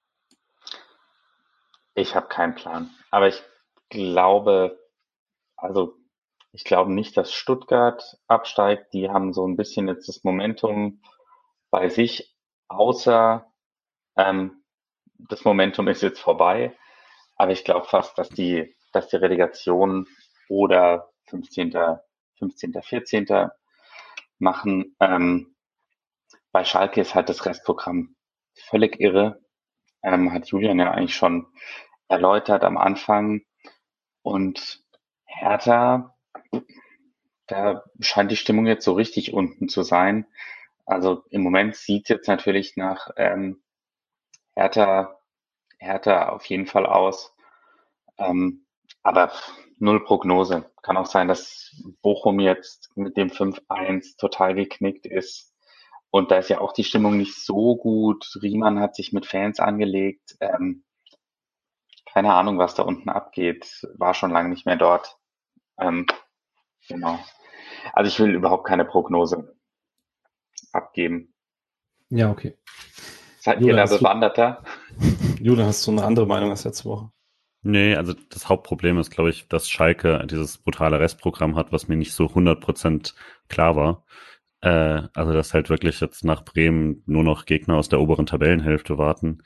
Ich habe keinen Plan. Aber glaube, also ich glaube nicht, dass Stuttgart absteigt. Die haben so ein bisschen jetzt das Momentum bei sich, außer das Momentum ist jetzt vorbei. Aber ich glaube fast, dass die Relegation oder 15., 14. machen. Bei Schalke ist halt das Restprogramm völlig irre. Hat Julian ja eigentlich schon erläutert am Anfang. Und Hertha, da scheint die Stimmung jetzt so richtig unten zu sein. Also im Moment sieht es jetzt natürlich nach Hertha, Hertha auf jeden Fall aus. Aber null Prognose. Kann auch sein, dass Bochum jetzt mit dem 5-1 total geknickt ist. Und da ist ja auch die Stimmung nicht so gut. Riemann hat sich mit Fans angelegt. Keine Ahnung, was da unten abgeht. War schon lange nicht mehr dort. Ähm, genau. Also ich will überhaupt keine Prognose abgeben. Ja, okay. Seid ihr Julian, da bewanderter? Julian, hast du eine andere Meinung als letzte Woche? Nee, also das Hauptproblem ist, glaube ich, dass Schalke dieses brutale Restprogramm hat, was mir nicht so 100% klar war. Also dass halt wirklich jetzt nach Bremen nur noch Gegner aus der oberen Tabellenhälfte warten,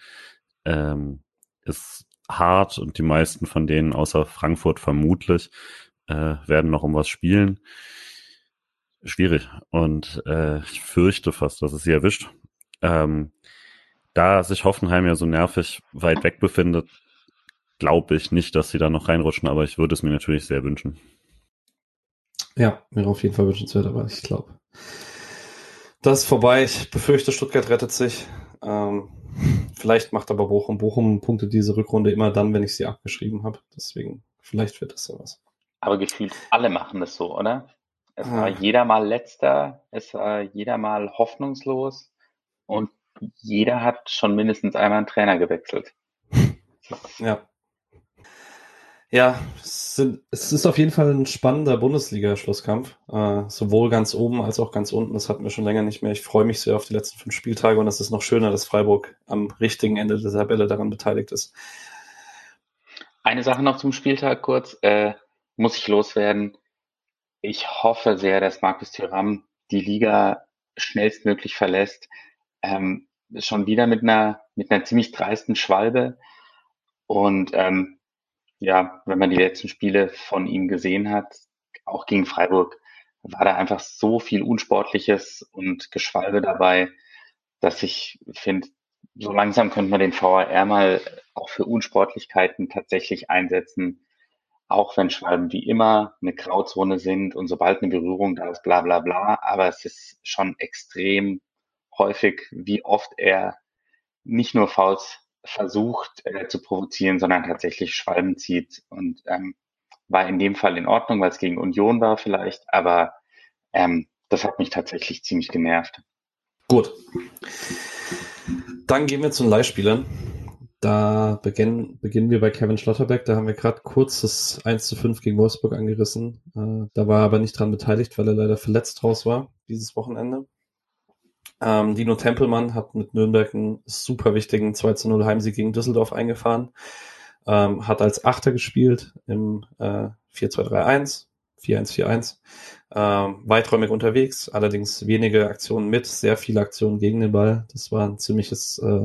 ist hart und die meisten von denen, außer Frankfurt vermutlich, werden noch um was spielen. Schwierig. Und ich fürchte fast, dass es sie erwischt. Da sich Hoffenheim ja so nervig weit weg befindet, glaube ich nicht, dass sie da noch reinrutschen, aber ich würde es mir natürlich sehr wünschen. Ja, wäre auf jeden Fall wünschenswert, aber ich glaube, das ist vorbei. Ich befürchte, Stuttgart rettet sich. Vielleicht macht aber Bochum punktet diese Rückrunde immer dann, wenn ich sie abgeschrieben habe. Deswegen, vielleicht wird das ja was. Aber gefühlt alle machen das so, oder? Es war jeder mal Letzter, es war jeder mal hoffnungslos und jeder hat schon mindestens einmal einen Trainer gewechselt. Ja. Ja, es ist auf jeden Fall ein spannender Bundesliga-Schlusskampf. Sowohl ganz oben als auch ganz unten. Das hatten wir schon länger nicht mehr. Ich freue mich sehr auf die letzten 5 Spieltage und es ist noch schöner, dass Freiburg am richtigen Ende der Tabelle daran beteiligt ist. Eine Sache noch zum Spieltag kurz, muss ich loswerden. Ich hoffe sehr, dass Markus Thuram die Liga schnellstmöglich verlässt. Schon wieder mit einer ziemlich dreisten Schwalbe. Und ja, wenn man die letzten Spiele von ihm gesehen hat, auch gegen Freiburg, war da einfach so viel Unsportliches und Geschwalbe dabei, dass ich finde, so langsam könnte man den VAR mal auch für Unsportlichkeiten tatsächlich einsetzen, auch wenn Schwalben wie immer eine Grauzone sind und sobald eine Berührung da ist, bla bla bla, aber es ist schon extrem häufig, wie oft er nicht nur Fouls versucht zu provozieren, sondern tatsächlich Schwalben zieht. Und war in dem Fall in Ordnung, weil es gegen Union war vielleicht, aber das hat mich tatsächlich ziemlich genervt. Gut. Dann gehen wir zu den Leihspielern. Da beginnen wir bei Kevin Schlotterbeck. Da haben wir gerade kurz das 1:5 gegen Wolfsburg angerissen. Da war er aber nicht dran beteiligt, weil er leider verletzt raus war dieses Wochenende. Dino Tempelmann hat mit Nürnberg einen super wichtigen 2:0 Heimsieg gegen Düsseldorf eingefahren. Hat als Achter gespielt im 4-2-3-1, 4-1-4-1. Weiträumig unterwegs, allerdings wenige Aktionen mit, sehr viele Aktionen gegen den Ball. Das war ein ziemliches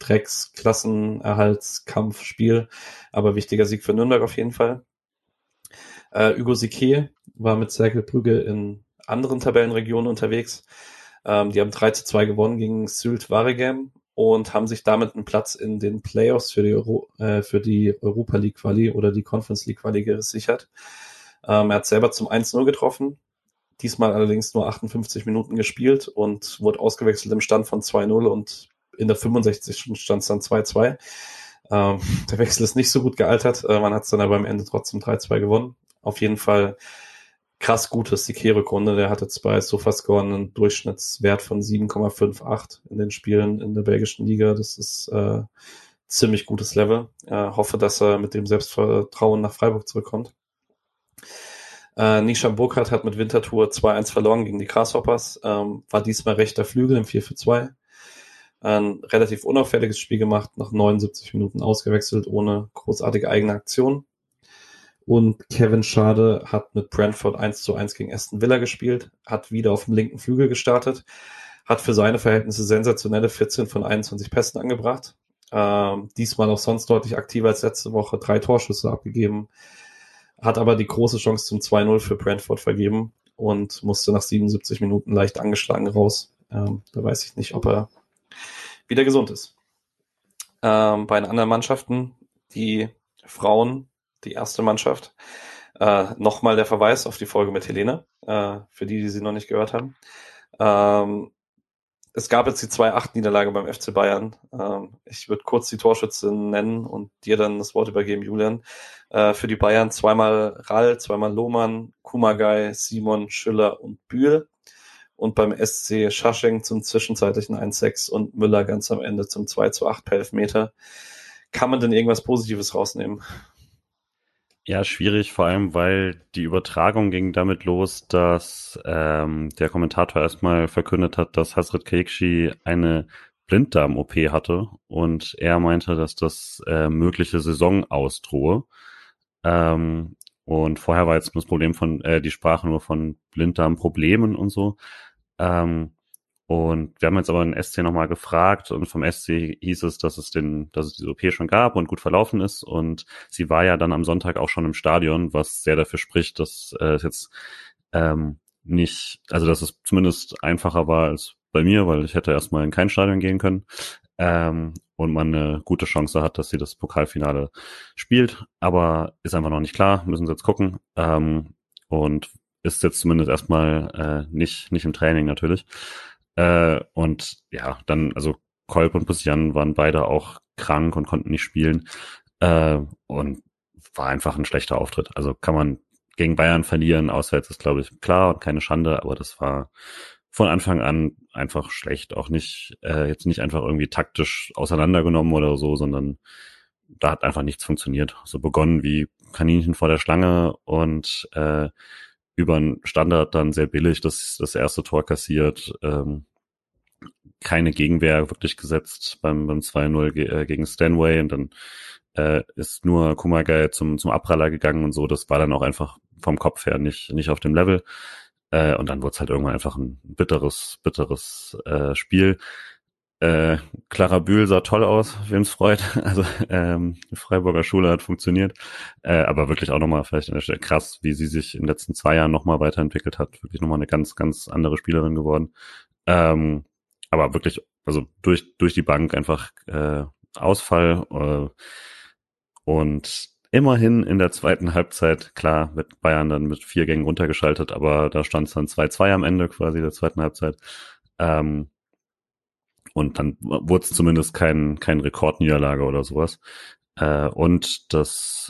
Drecks-Klassenerhaltskampfspiel, aber wichtiger Sieg für Nürnberg auf jeden Fall. Hugo Sique war mit Cercle Brügge in anderen Tabellenregionen unterwegs. Die haben 3-2 gewonnen gegen Sylt Waregem und haben sich damit einen Platz in den Playoffs für die Europa League Quali oder die Conference League Quali gesichert. Er hat selber zum 1-0 getroffen, diesmal allerdings nur 58 Minuten gespielt und wurde ausgewechselt im Stand von 2-0 und in der 65. stand es dann 2-2. Der Wechsel ist nicht so gut gealtert. Man hat es dann aber am Ende trotzdem 3-2 gewonnen. Auf jeden Fall krass gutes Sique-Rückrunde. Der hat jetzt bei Sofascore einen Durchschnittswert von 7,58 in den Spielen in der belgischen Liga. Das ist ziemlich gutes Level. Hoffe, dass er mit dem Selbstvertrauen nach Freiburg zurückkommt. Nishan Burkhardt hat mit Winterthur 2-1 verloren gegen die Grasshoppers. War diesmal rechter Flügel im 4-4-2. Ein relativ unauffälliges Spiel gemacht, nach 79 Minuten ausgewechselt, ohne großartige eigene Aktion. Und Kevin Schade hat mit Brentford 1-1 gegen Aston Villa gespielt, hat wieder auf dem linken Flügel gestartet, hat für seine Verhältnisse sensationelle 14 von 21 Pässen angebracht. Diesmal auch sonst deutlich aktiver als letzte Woche, 3 Torschüsse abgegeben, hat aber die große Chance zum 2-0 für Brentford vergeben und musste nach 77 Minuten leicht angeschlagen raus. Da weiß ich nicht, ob er wieder gesund ist. Bei den anderen Mannschaften, die Frauen, die erste Mannschaft, nochmal der Verweis auf die Folge mit Helene, für die sie noch nicht gehört haben. Es gab jetzt die 2-8-Niederlage beim FC Bayern. Ich würde kurz die Torschützin nennen und dir dann das Wort übergeben, Julian. Für die Bayern zweimal Rall, zweimal Lohmann, Kumagai, Simon, Schüller und Bühl. Und beim SC Schascheng zum zwischenzeitlichen 1-6 und Müller ganz am Ende zum 2-8 per Elfmeter. Kann man denn irgendwas Positives rausnehmen? Ja, schwierig, vor allem, weil die Übertragung ging damit los, dass der Kommentator erstmal verkündet hat, dass Hazret Kekşi eine Blinddarm-OP hatte und er meinte, dass das mögliche Saison ausdrohe. Und vorher war jetzt das Problem von die Sprache nur von Blinddarmproblemen und so. Und wir haben jetzt aber den SC nochmal gefragt und vom SC hieß es, dass es diese OP schon gab und gut verlaufen ist und sie war ja dann am Sonntag auch schon im Stadion, was sehr dafür spricht, dass es jetzt nicht, also dass es zumindest einfacher war als bei mir, weil ich hätte erstmal in kein Stadion gehen können und man eine gute Chance hat, dass sie das Pokalfinale spielt, aber ist einfach noch nicht klar, müssen sie jetzt gucken und ist jetzt zumindest erstmal nicht im Training natürlich. Und ja, dann, also Kolb und Busjan waren beide auch krank und konnten nicht spielen. Und war einfach ein schlechter Auftritt. Also kann man gegen Bayern verlieren, auswärts ist, glaube ich, klar und keine Schande, aber das war von Anfang an einfach schlecht. Auch nicht, jetzt nicht einfach irgendwie taktisch auseinandergenommen oder so, sondern da hat einfach nichts funktioniert. So begonnen wie Kaninchen vor der Schlange und über einen Standard dann sehr billig das erste Tor kassiert, keine Gegenwehr wirklich gesetzt beim 2-0 gegen Stanway und dann ist nur Kumagai zum Abpraller gegangen und so, das war dann auch einfach vom Kopf her nicht auf dem Level und dann wurde es halt irgendwann einfach ein bitteres Spiel. Clara Bühl sah toll aus, wem's freut. Also die Freiburger Schule hat funktioniert. Aber wirklich auch nochmal vielleicht an der Stelle krass, wie sie sich in den letzten 2 Jahren nochmal weiterentwickelt hat. Wirklich nochmal eine ganz, ganz andere Spielerin geworden. Aber wirklich, also durch die Bank einfach Ausfall. Und immerhin in der zweiten Halbzeit, klar, mit Bayern dann mit 4 Gängen runtergeschaltet, aber da stand es dann 2-2 am Ende quasi der zweiten Halbzeit. Und dann wurde es zumindest kein Rekordniederlage oder sowas. Und das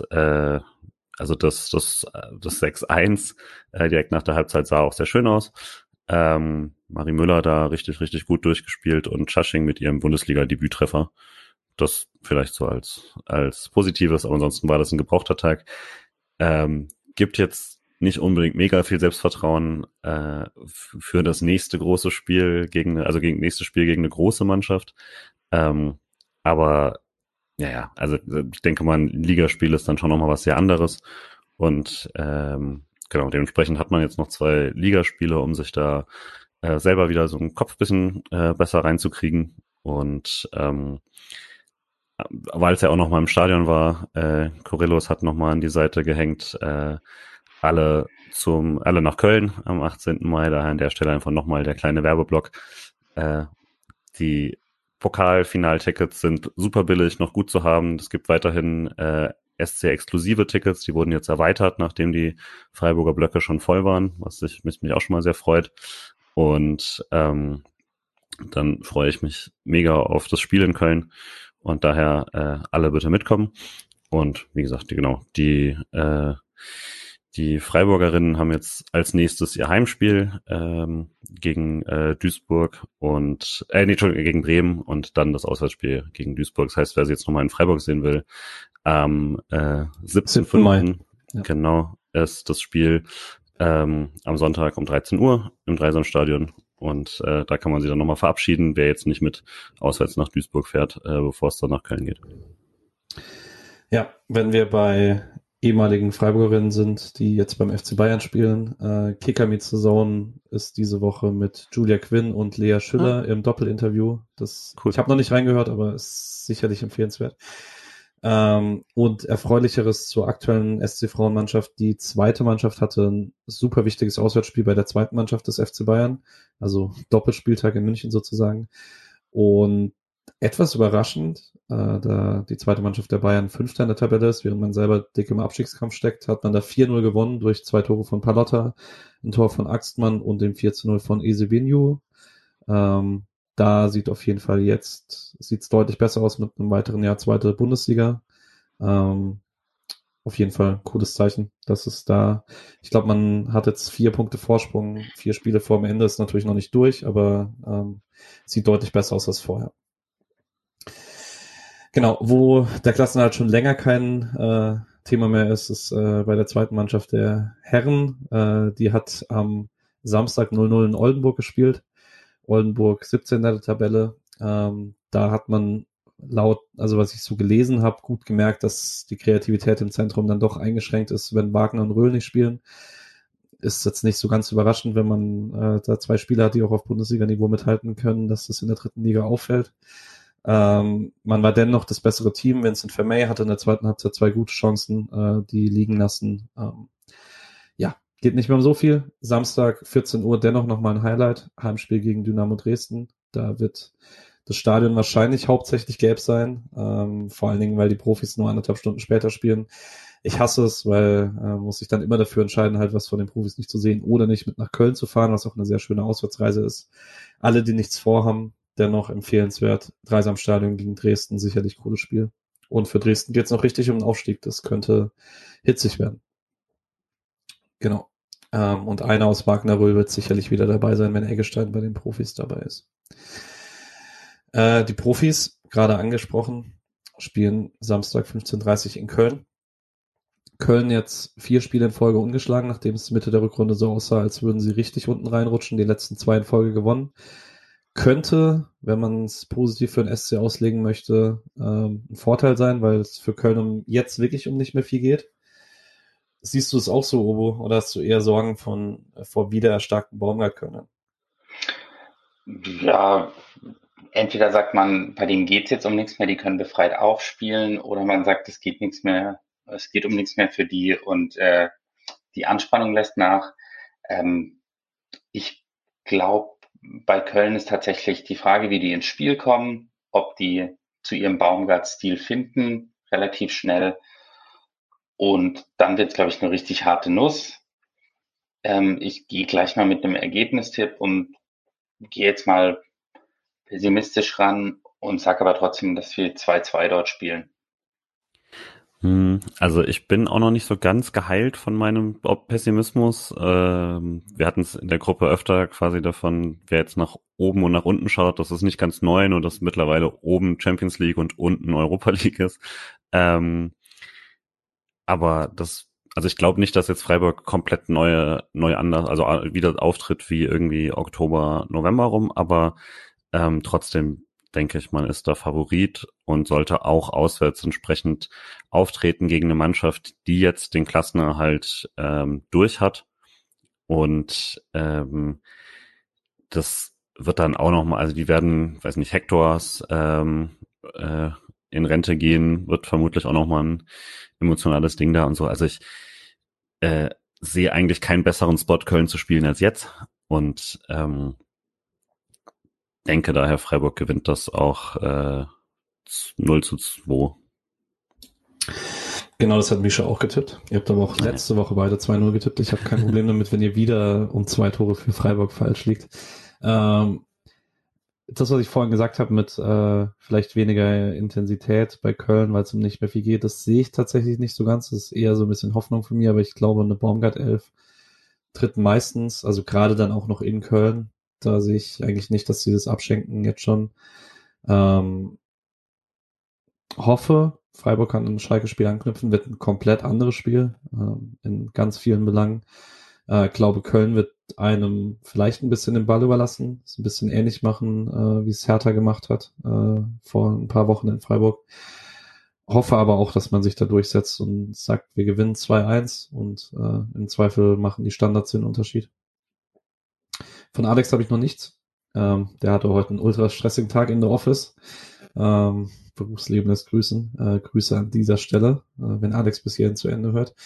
6-1 direkt nach der Halbzeit sah auch sehr schön aus. Marie Müller da richtig, richtig gut durchgespielt und Schasching mit ihrem Bundesliga-Debüttreffer. Das vielleicht so als Positives, aber ansonsten war das ein gebrauchter Tag. Gibt jetzt nicht unbedingt mega viel Selbstvertrauen für das nächste große Spiel gegen eine große Mannschaft. Aber ja, also ich denke mal, ein Ligaspiel ist dann schon nochmal was sehr anderes. Und genau, dementsprechend hat man jetzt noch 2 Ligaspiele, um sich da selber wieder so einen Kopf bisschen besser reinzukriegen. Und weil es ja auch noch mal im Stadion war, Kyrillos hat noch mal an die Seite gehängt, alle nach Köln am 18. Mai, daher an der Stelle einfach nochmal der kleine Werbeblock. Die Pokalfinaltickets sind super billig, noch gut zu haben. Es gibt weiterhin SC-exklusive Tickets, die wurden jetzt erweitert, nachdem die Freiburger Blöcke schon voll waren, was mich auch schon mal sehr freut. Und dann freue ich mich mega auf das Spiel in Köln und daher alle bitte mitkommen. Und wie gesagt, die Freiburgerinnen haben jetzt als nächstes ihr Heimspiel gegen Duisburg und gegen Bremen und dann das Auswärtsspiel gegen Duisburg. Das heißt, wer sie jetzt nochmal in Freiburg sehen will, am 7. Mai. Ja. Genau, ist das Spiel am Sonntag um 13 Uhr im Dreisamstadion. Und da kann man sie dann nochmal verabschieden, wer jetzt nicht mit auswärts nach Duisburg fährt, bevor es dann nach Köln geht. Ja, wenn wir bei ehemaligen Freiburgerinnen sind, die jetzt beim FC Bayern spielen, Kicker Meets the Zone ist diese Woche mit Julia Quinn und Lea Schüller im Doppelinterview. Cool. Ich habe noch nicht reingehört, aber ist sicherlich empfehlenswert. Und Erfreulicheres zur aktuellen SC-Frauenmannschaft. Die zweite Mannschaft hatte ein super wichtiges Auswärtsspiel bei der zweiten Mannschaft des FC Bayern, also Doppelspieltag in München sozusagen. Und etwas überraschend, da die zweite Mannschaft der Bayern Fünfter in der Tabelle ist, während man selber dick im Abstiegskampf steckt, hat man da 4-0 gewonnen durch 2 Tore von Palotta, ein Tor von Axtmann und dem 4-0 von Ezevinho. Da sieht auf jeden Fall sieht's deutlich besser aus mit einem weiteren Jahr zweite Bundesliga. Auf jeden Fall ein cooles Zeichen, dass es da, ich glaube, man hat jetzt 4 Punkte Vorsprung, 4 Spiele vor dem Ende, ist natürlich noch nicht durch, aber sieht deutlich besser aus als vorher. Genau, wo der Klassenerhalt schon länger kein Thema mehr ist bei der zweiten Mannschaft der Herren. Die hat am Samstag 0-0 in Oldenburg gespielt. Oldenburg 17. der Tabelle. Da hat man also was ich so gelesen habe, gut gemerkt, dass die Kreativität im Zentrum dann doch eingeschränkt ist, wenn Wagner und Röhl nicht spielen. Ist jetzt nicht so ganz überraschend, wenn man da 2 Spieler hat, die auch auf Bundesliga-Niveau mithalten können, dass das in der 3. Liga auffällt. Man war dennoch das bessere Team. Vincent Vermey hatte in der zweiten Halbzeit 2 gute Chancen, die liegen lassen. Geht nicht mehr um so viel. Samstag 14 Uhr dennoch nochmal ein Highlight. Heimspiel gegen Dynamo Dresden. Da wird das Stadion wahrscheinlich hauptsächlich gelb sein. Vor allen Dingen, weil die Profis nur 1,5 Stunden später spielen. Ich hasse es, weil muss ich dann immer dafür entscheiden, halt was von den Profis nicht zu sehen oder nicht mit nach Köln zu fahren, was auch eine sehr schöne Auswärtsreise ist. Alle, die nichts vorhaben, dennoch empfehlenswert. Dreisamstadion gegen Dresden, sicherlich cooles Spiel. Und für Dresden geht es noch richtig um den Aufstieg. Das könnte hitzig werden. Genau. Und einer aus Wagner-Röhl wird sicherlich wieder dabei sein, wenn Eggestein bei den Profis dabei ist. Die Profis, gerade angesprochen, spielen Samstag 15:30 in Köln. Köln jetzt 4 Spiele in Folge ungeschlagen, nachdem es Mitte der Rückrunde so aussah, als würden sie richtig unten reinrutschen, die letzten 2 in Folge gewonnen. Könnte, wenn man es positiv für den SC auslegen möchte, ein Vorteil sein, weil es für Köln jetzt wirklich um nicht mehr viel geht. Siehst du es auch so, Obo, oder hast du eher Sorgen vor wiedererstarkten Baumgart-Kölnern? Ja, entweder sagt man, bei denen geht's jetzt um nichts mehr, die können befreit aufspielen, oder man sagt, es geht um nichts mehr für die und die Anspannung lässt nach. Ich glaube, bei Köln ist tatsächlich die Frage, wie die ins Spiel kommen, ob die zu ihrem Baumgart-Stil finden, relativ schnell. Und dann wird's, glaube ich, eine richtig harte Nuss. Ich gehe gleich mal mit einem Ergebnistipp und gehe jetzt mal pessimistisch ran und sage aber trotzdem, dass wir 2-2 dort spielen. Also ich bin auch noch nicht so ganz geheilt von meinem Pessimismus. Wir hatten es in der Gruppe öfter quasi davon, wer jetzt nach oben und nach unten schaut, das ist nicht ganz neu, nur dass mittlerweile oben Champions League und unten Europa League ist. Aber also ich glaube nicht, dass jetzt Freiburg komplett neu anders, also wieder auftritt wie irgendwie Oktober, November rum, aber trotzdem denke ich, man ist da Favorit und sollte auch auswärts entsprechend auftreten gegen eine Mannschaft, die jetzt den Klassenerhalt durch hat. Und das wird dann auch nochmal, also die werden, weiß nicht, Hectors in Rente gehen, wird vermutlich auch nochmal ein emotionales Ding da und so. Also ich sehe eigentlich keinen besseren Spot, Köln zu spielen als jetzt und denke daher, Freiburg gewinnt das auch 0:2. Genau, das hat Mischa auch getippt. Ihr habt aber auch letzte Woche beide 2-0 getippt. Ich habe kein Problem damit, wenn ihr wieder um 2 Tore für Freiburg falsch liegt. Das, was ich vorhin gesagt habe mit vielleicht weniger Intensität bei Köln, weil es um nicht mehr viel geht, das sehe ich tatsächlich nicht so ganz. Das ist eher so ein bisschen Hoffnung für mich, aber ich glaube, eine Baumgart-Elf tritt meistens, also gerade dann auch noch in Köln, da sehe ich eigentlich nicht, dass sie das abschenken jetzt schon. Hoffe, Freiburg kann ein Schalke-Spiel anknüpfen, wird ein komplett anderes Spiel in ganz vielen Belangen. Glaube, Köln wird einem vielleicht ein bisschen den Ball überlassen, es ein bisschen ähnlich machen, wie es Hertha gemacht hat vor ein paar Wochen in Freiburg. Hoffe aber auch, dass man sich da durchsetzt und sagt, wir gewinnen 2-1 und im Zweifel machen die Standards den Unterschied. Von Alex habe ich noch nichts. Der hatte heute einen ultra stressigen Tag in der Office. Berufsleben lässt grüßen. Grüße an dieser Stelle, wenn Alex bis hierhin zu Ende hört.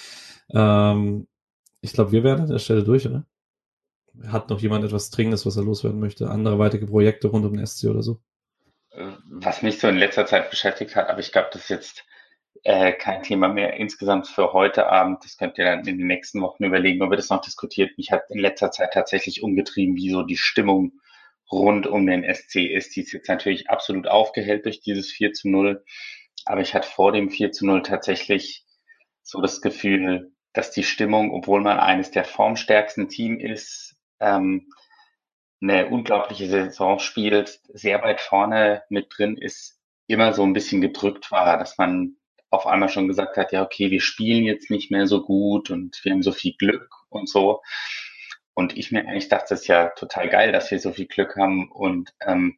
Ich glaube, wir werden an der Stelle durch, oder? Hat noch jemand etwas Dringendes, was er loswerden möchte? Andere weitere Projekte rund um den SC oder so? Was mich so in letzter Zeit beschäftigt hat, aber ich glaube, das ist jetzt kein Thema mehr insgesamt für heute Abend. Das könnt ihr dann in den nächsten Wochen überlegen, ob ihr das noch diskutiert. Mich hat in letzter Zeit tatsächlich umgetrieben, wie so die Stimmung rund um den SC ist. Die ist jetzt natürlich absolut aufgehellt durch dieses 4:0. Aber ich hatte vor dem 4:0 tatsächlich so das Gefühl, dass die Stimmung, obwohl man eines der formstärksten Team ist, eine unglaubliche Saison spielt, sehr weit vorne mit drin ist, immer so ein bisschen gedrückt war, dass man auf einmal schon gesagt hat, ja, okay, wir spielen jetzt nicht mehr so gut und wir haben so viel Glück und so. Und ich mir eigentlich dachte, das ist ja total geil, dass wir so viel Glück haben und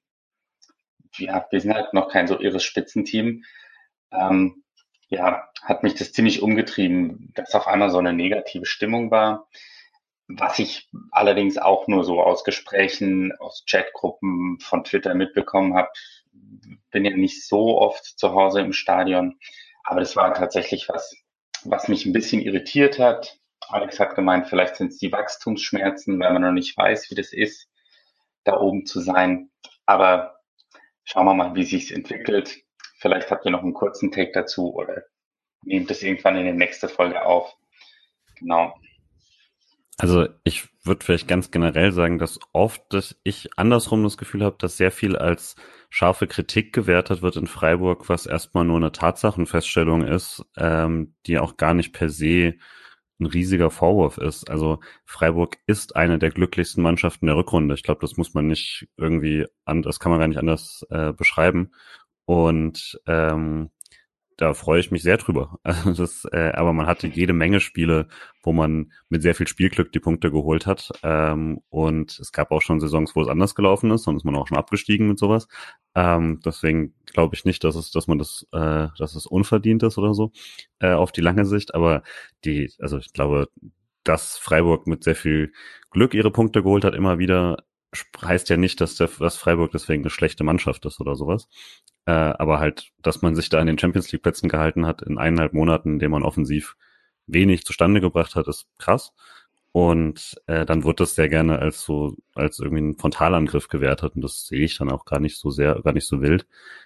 ja, wir sind halt noch kein so irres Spitzenteam. Ähm, ja, hat mich das ziemlich umgetrieben, dass auf einmal so eine negative Stimmung war. Was ich allerdings auch nur so aus Gesprächen, aus Chatgruppen von Twitter mitbekommen habe, bin ja nicht so oft zu Hause im Stadion, aber das war tatsächlich was mich ein bisschen irritiert hat. Alex hat gemeint, vielleicht sind es die Wachstumsschmerzen, weil man noch nicht weiß, wie das ist, da oben zu sein. Aber schauen wir mal, wie sich's entwickelt. Vielleicht habt ihr noch einen kurzen Take dazu oder nehmt es irgendwann in die nächste Folge auf. Genau. Also ich würde vielleicht ganz generell sagen, dass ich andersrum das Gefühl habe, dass sehr viel als scharfe Kritik gewertet wird in Freiburg, was erstmal nur eine Tatsachenfeststellung ist, die auch gar nicht per se ein riesiger Vorwurf ist. Also Freiburg ist eine der glücklichsten Mannschaften der Rückrunde. Ich glaube, das muss man nicht irgendwie das kann man gar nicht anders beschreiben. Und da freue ich mich sehr drüber. Also aber man hatte jede Menge Spiele, wo man mit sehr viel Spielglück die Punkte geholt hat. Und es gab auch schon Saisons, wo es anders gelaufen ist, dann ist man auch schon abgestiegen mit sowas. Deswegen glaube ich nicht, dass es unverdient ist oder so, auf die lange Sicht. Aber also ich glaube, dass Freiburg mit sehr viel Glück ihre Punkte geholt hat, immer wieder, heißt ja nicht, dass Freiburg deswegen eine schlechte Mannschaft ist oder sowas. Aber halt, dass man sich da in den Champions League Plätzen gehalten hat in 1,5 Monaten, in denen man offensiv wenig zustande gebracht hat, ist krass. Und dann wird das sehr gerne als irgendwie ein Frontalangriff gewertet und das sehe ich dann auch gar nicht so wild.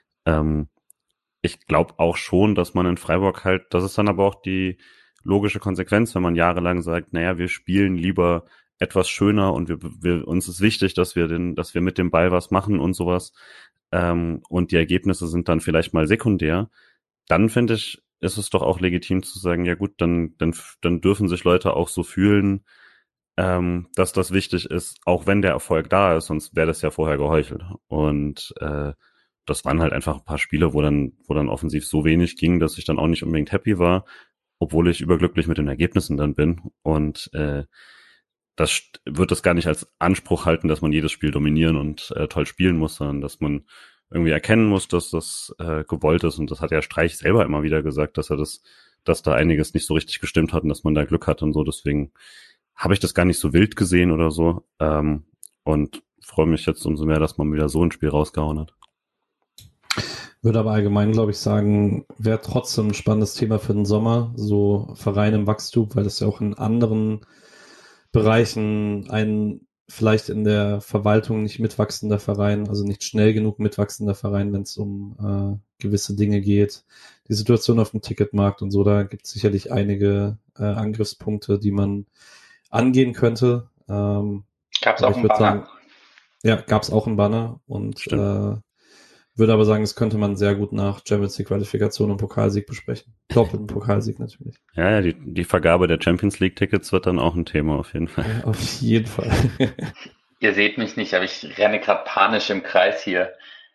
Ich glaube auch schon, dass man in Freiburg halt, das ist dann aber auch die logische Konsequenz, wenn man jahrelang sagt, naja, wir spielen lieber etwas schöner und uns ist wichtig, dass wir mit dem Ball was machen und sowas. Und die Ergebnisse sind dann vielleicht mal sekundär. Dann finde ich, ist es doch auch legitim zu sagen, ja gut, dann dürfen sich Leute auch so fühlen, dass das wichtig ist, auch wenn der Erfolg da ist, sonst wäre das ja vorher geheuchelt. Und das waren halt einfach ein paar Spiele, wo dann offensiv so wenig ging, dass ich dann auch nicht unbedingt happy war, obwohl ich überglücklich mit den Ergebnissen dann bin. Und das wird das gar nicht als Anspruch halten, dass man jedes Spiel dominieren und toll spielen muss, sondern dass man irgendwie erkennen muss, dass das gewollt ist. Und das hat ja Streich selber immer wieder gesagt, dass da einiges nicht so richtig gestimmt hat und dass man da Glück hat und so. Deswegen habe ich das gar nicht so wild gesehen oder so. Und freue mich jetzt umso mehr, dass man wieder so ein Spiel rausgehauen hat. Würde aber allgemein, glaube ich, sagen, wäre trotzdem ein spannendes Thema für den Sommer, so Vereine im Wachstum, weil das ja auch in anderen Bereichen ein vielleicht in der Verwaltung nicht mitwachsender Verein, also nicht schnell genug mitwachsender Verein, wenn es um gewisse Dinge geht. Die Situation auf dem Ticketmarkt und so, da gibt es sicherlich einige Angriffspunkte, die man angehen könnte. Gab es auch einen Banner? Sagen, ja, gab es auch einen Banner und würde aber sagen, das könnte man sehr gut nach Champions League Qualifikation und Pokalsieg besprechen. Doppelten Pokalsieg natürlich. Ja, die Vergabe der Champions League Tickets wird dann auch ein Thema auf jeden Fall. Ja, auf jeden Fall. Ihr seht mich nicht, aber ich renne gerade panisch im Kreis hier.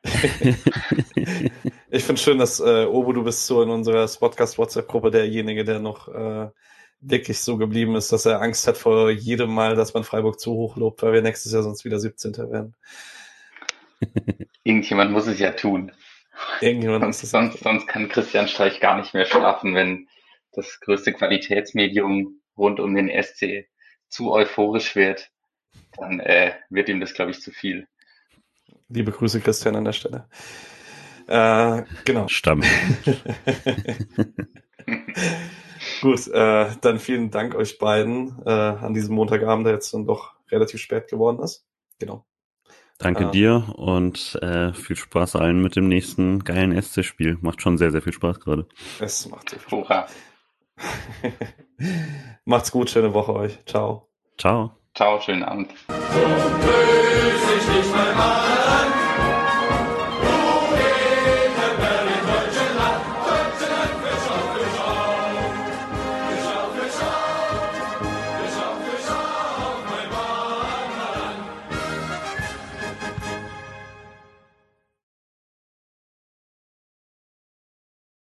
Ich finde schön, dass Obo, du bist so in unserer Podcast-WhatsApp-Gruppe derjenige, der noch wirklich so geblieben ist, dass er Angst hat vor jedem Mal, dass man Freiburg zu hoch lobt, weil wir nächstes Jahr sonst wieder 17. werden. Irgendjemand muss es ja tun. Sonst kann Christian Streich gar nicht mehr schlafen, wenn das größte Qualitätsmedium rund um den SC zu euphorisch wird. Dann wird ihm das, glaube ich, zu viel. Liebe Grüße, Christian, an der Stelle. Genau. Stamm. Gut, dann vielen Dank euch beiden an diesem Montagabend, der jetzt dann doch relativ spät geworden ist. Genau. Danke dir und viel Spaß allen mit dem nächsten geilen SC-Spiel. Macht schon sehr, sehr viel Spaß gerade. Es macht sehr viel Spaß. Macht's gut, schöne Woche euch. Ciao. Ciao. Ciao, schönen Abend. So löse ich dich mal an.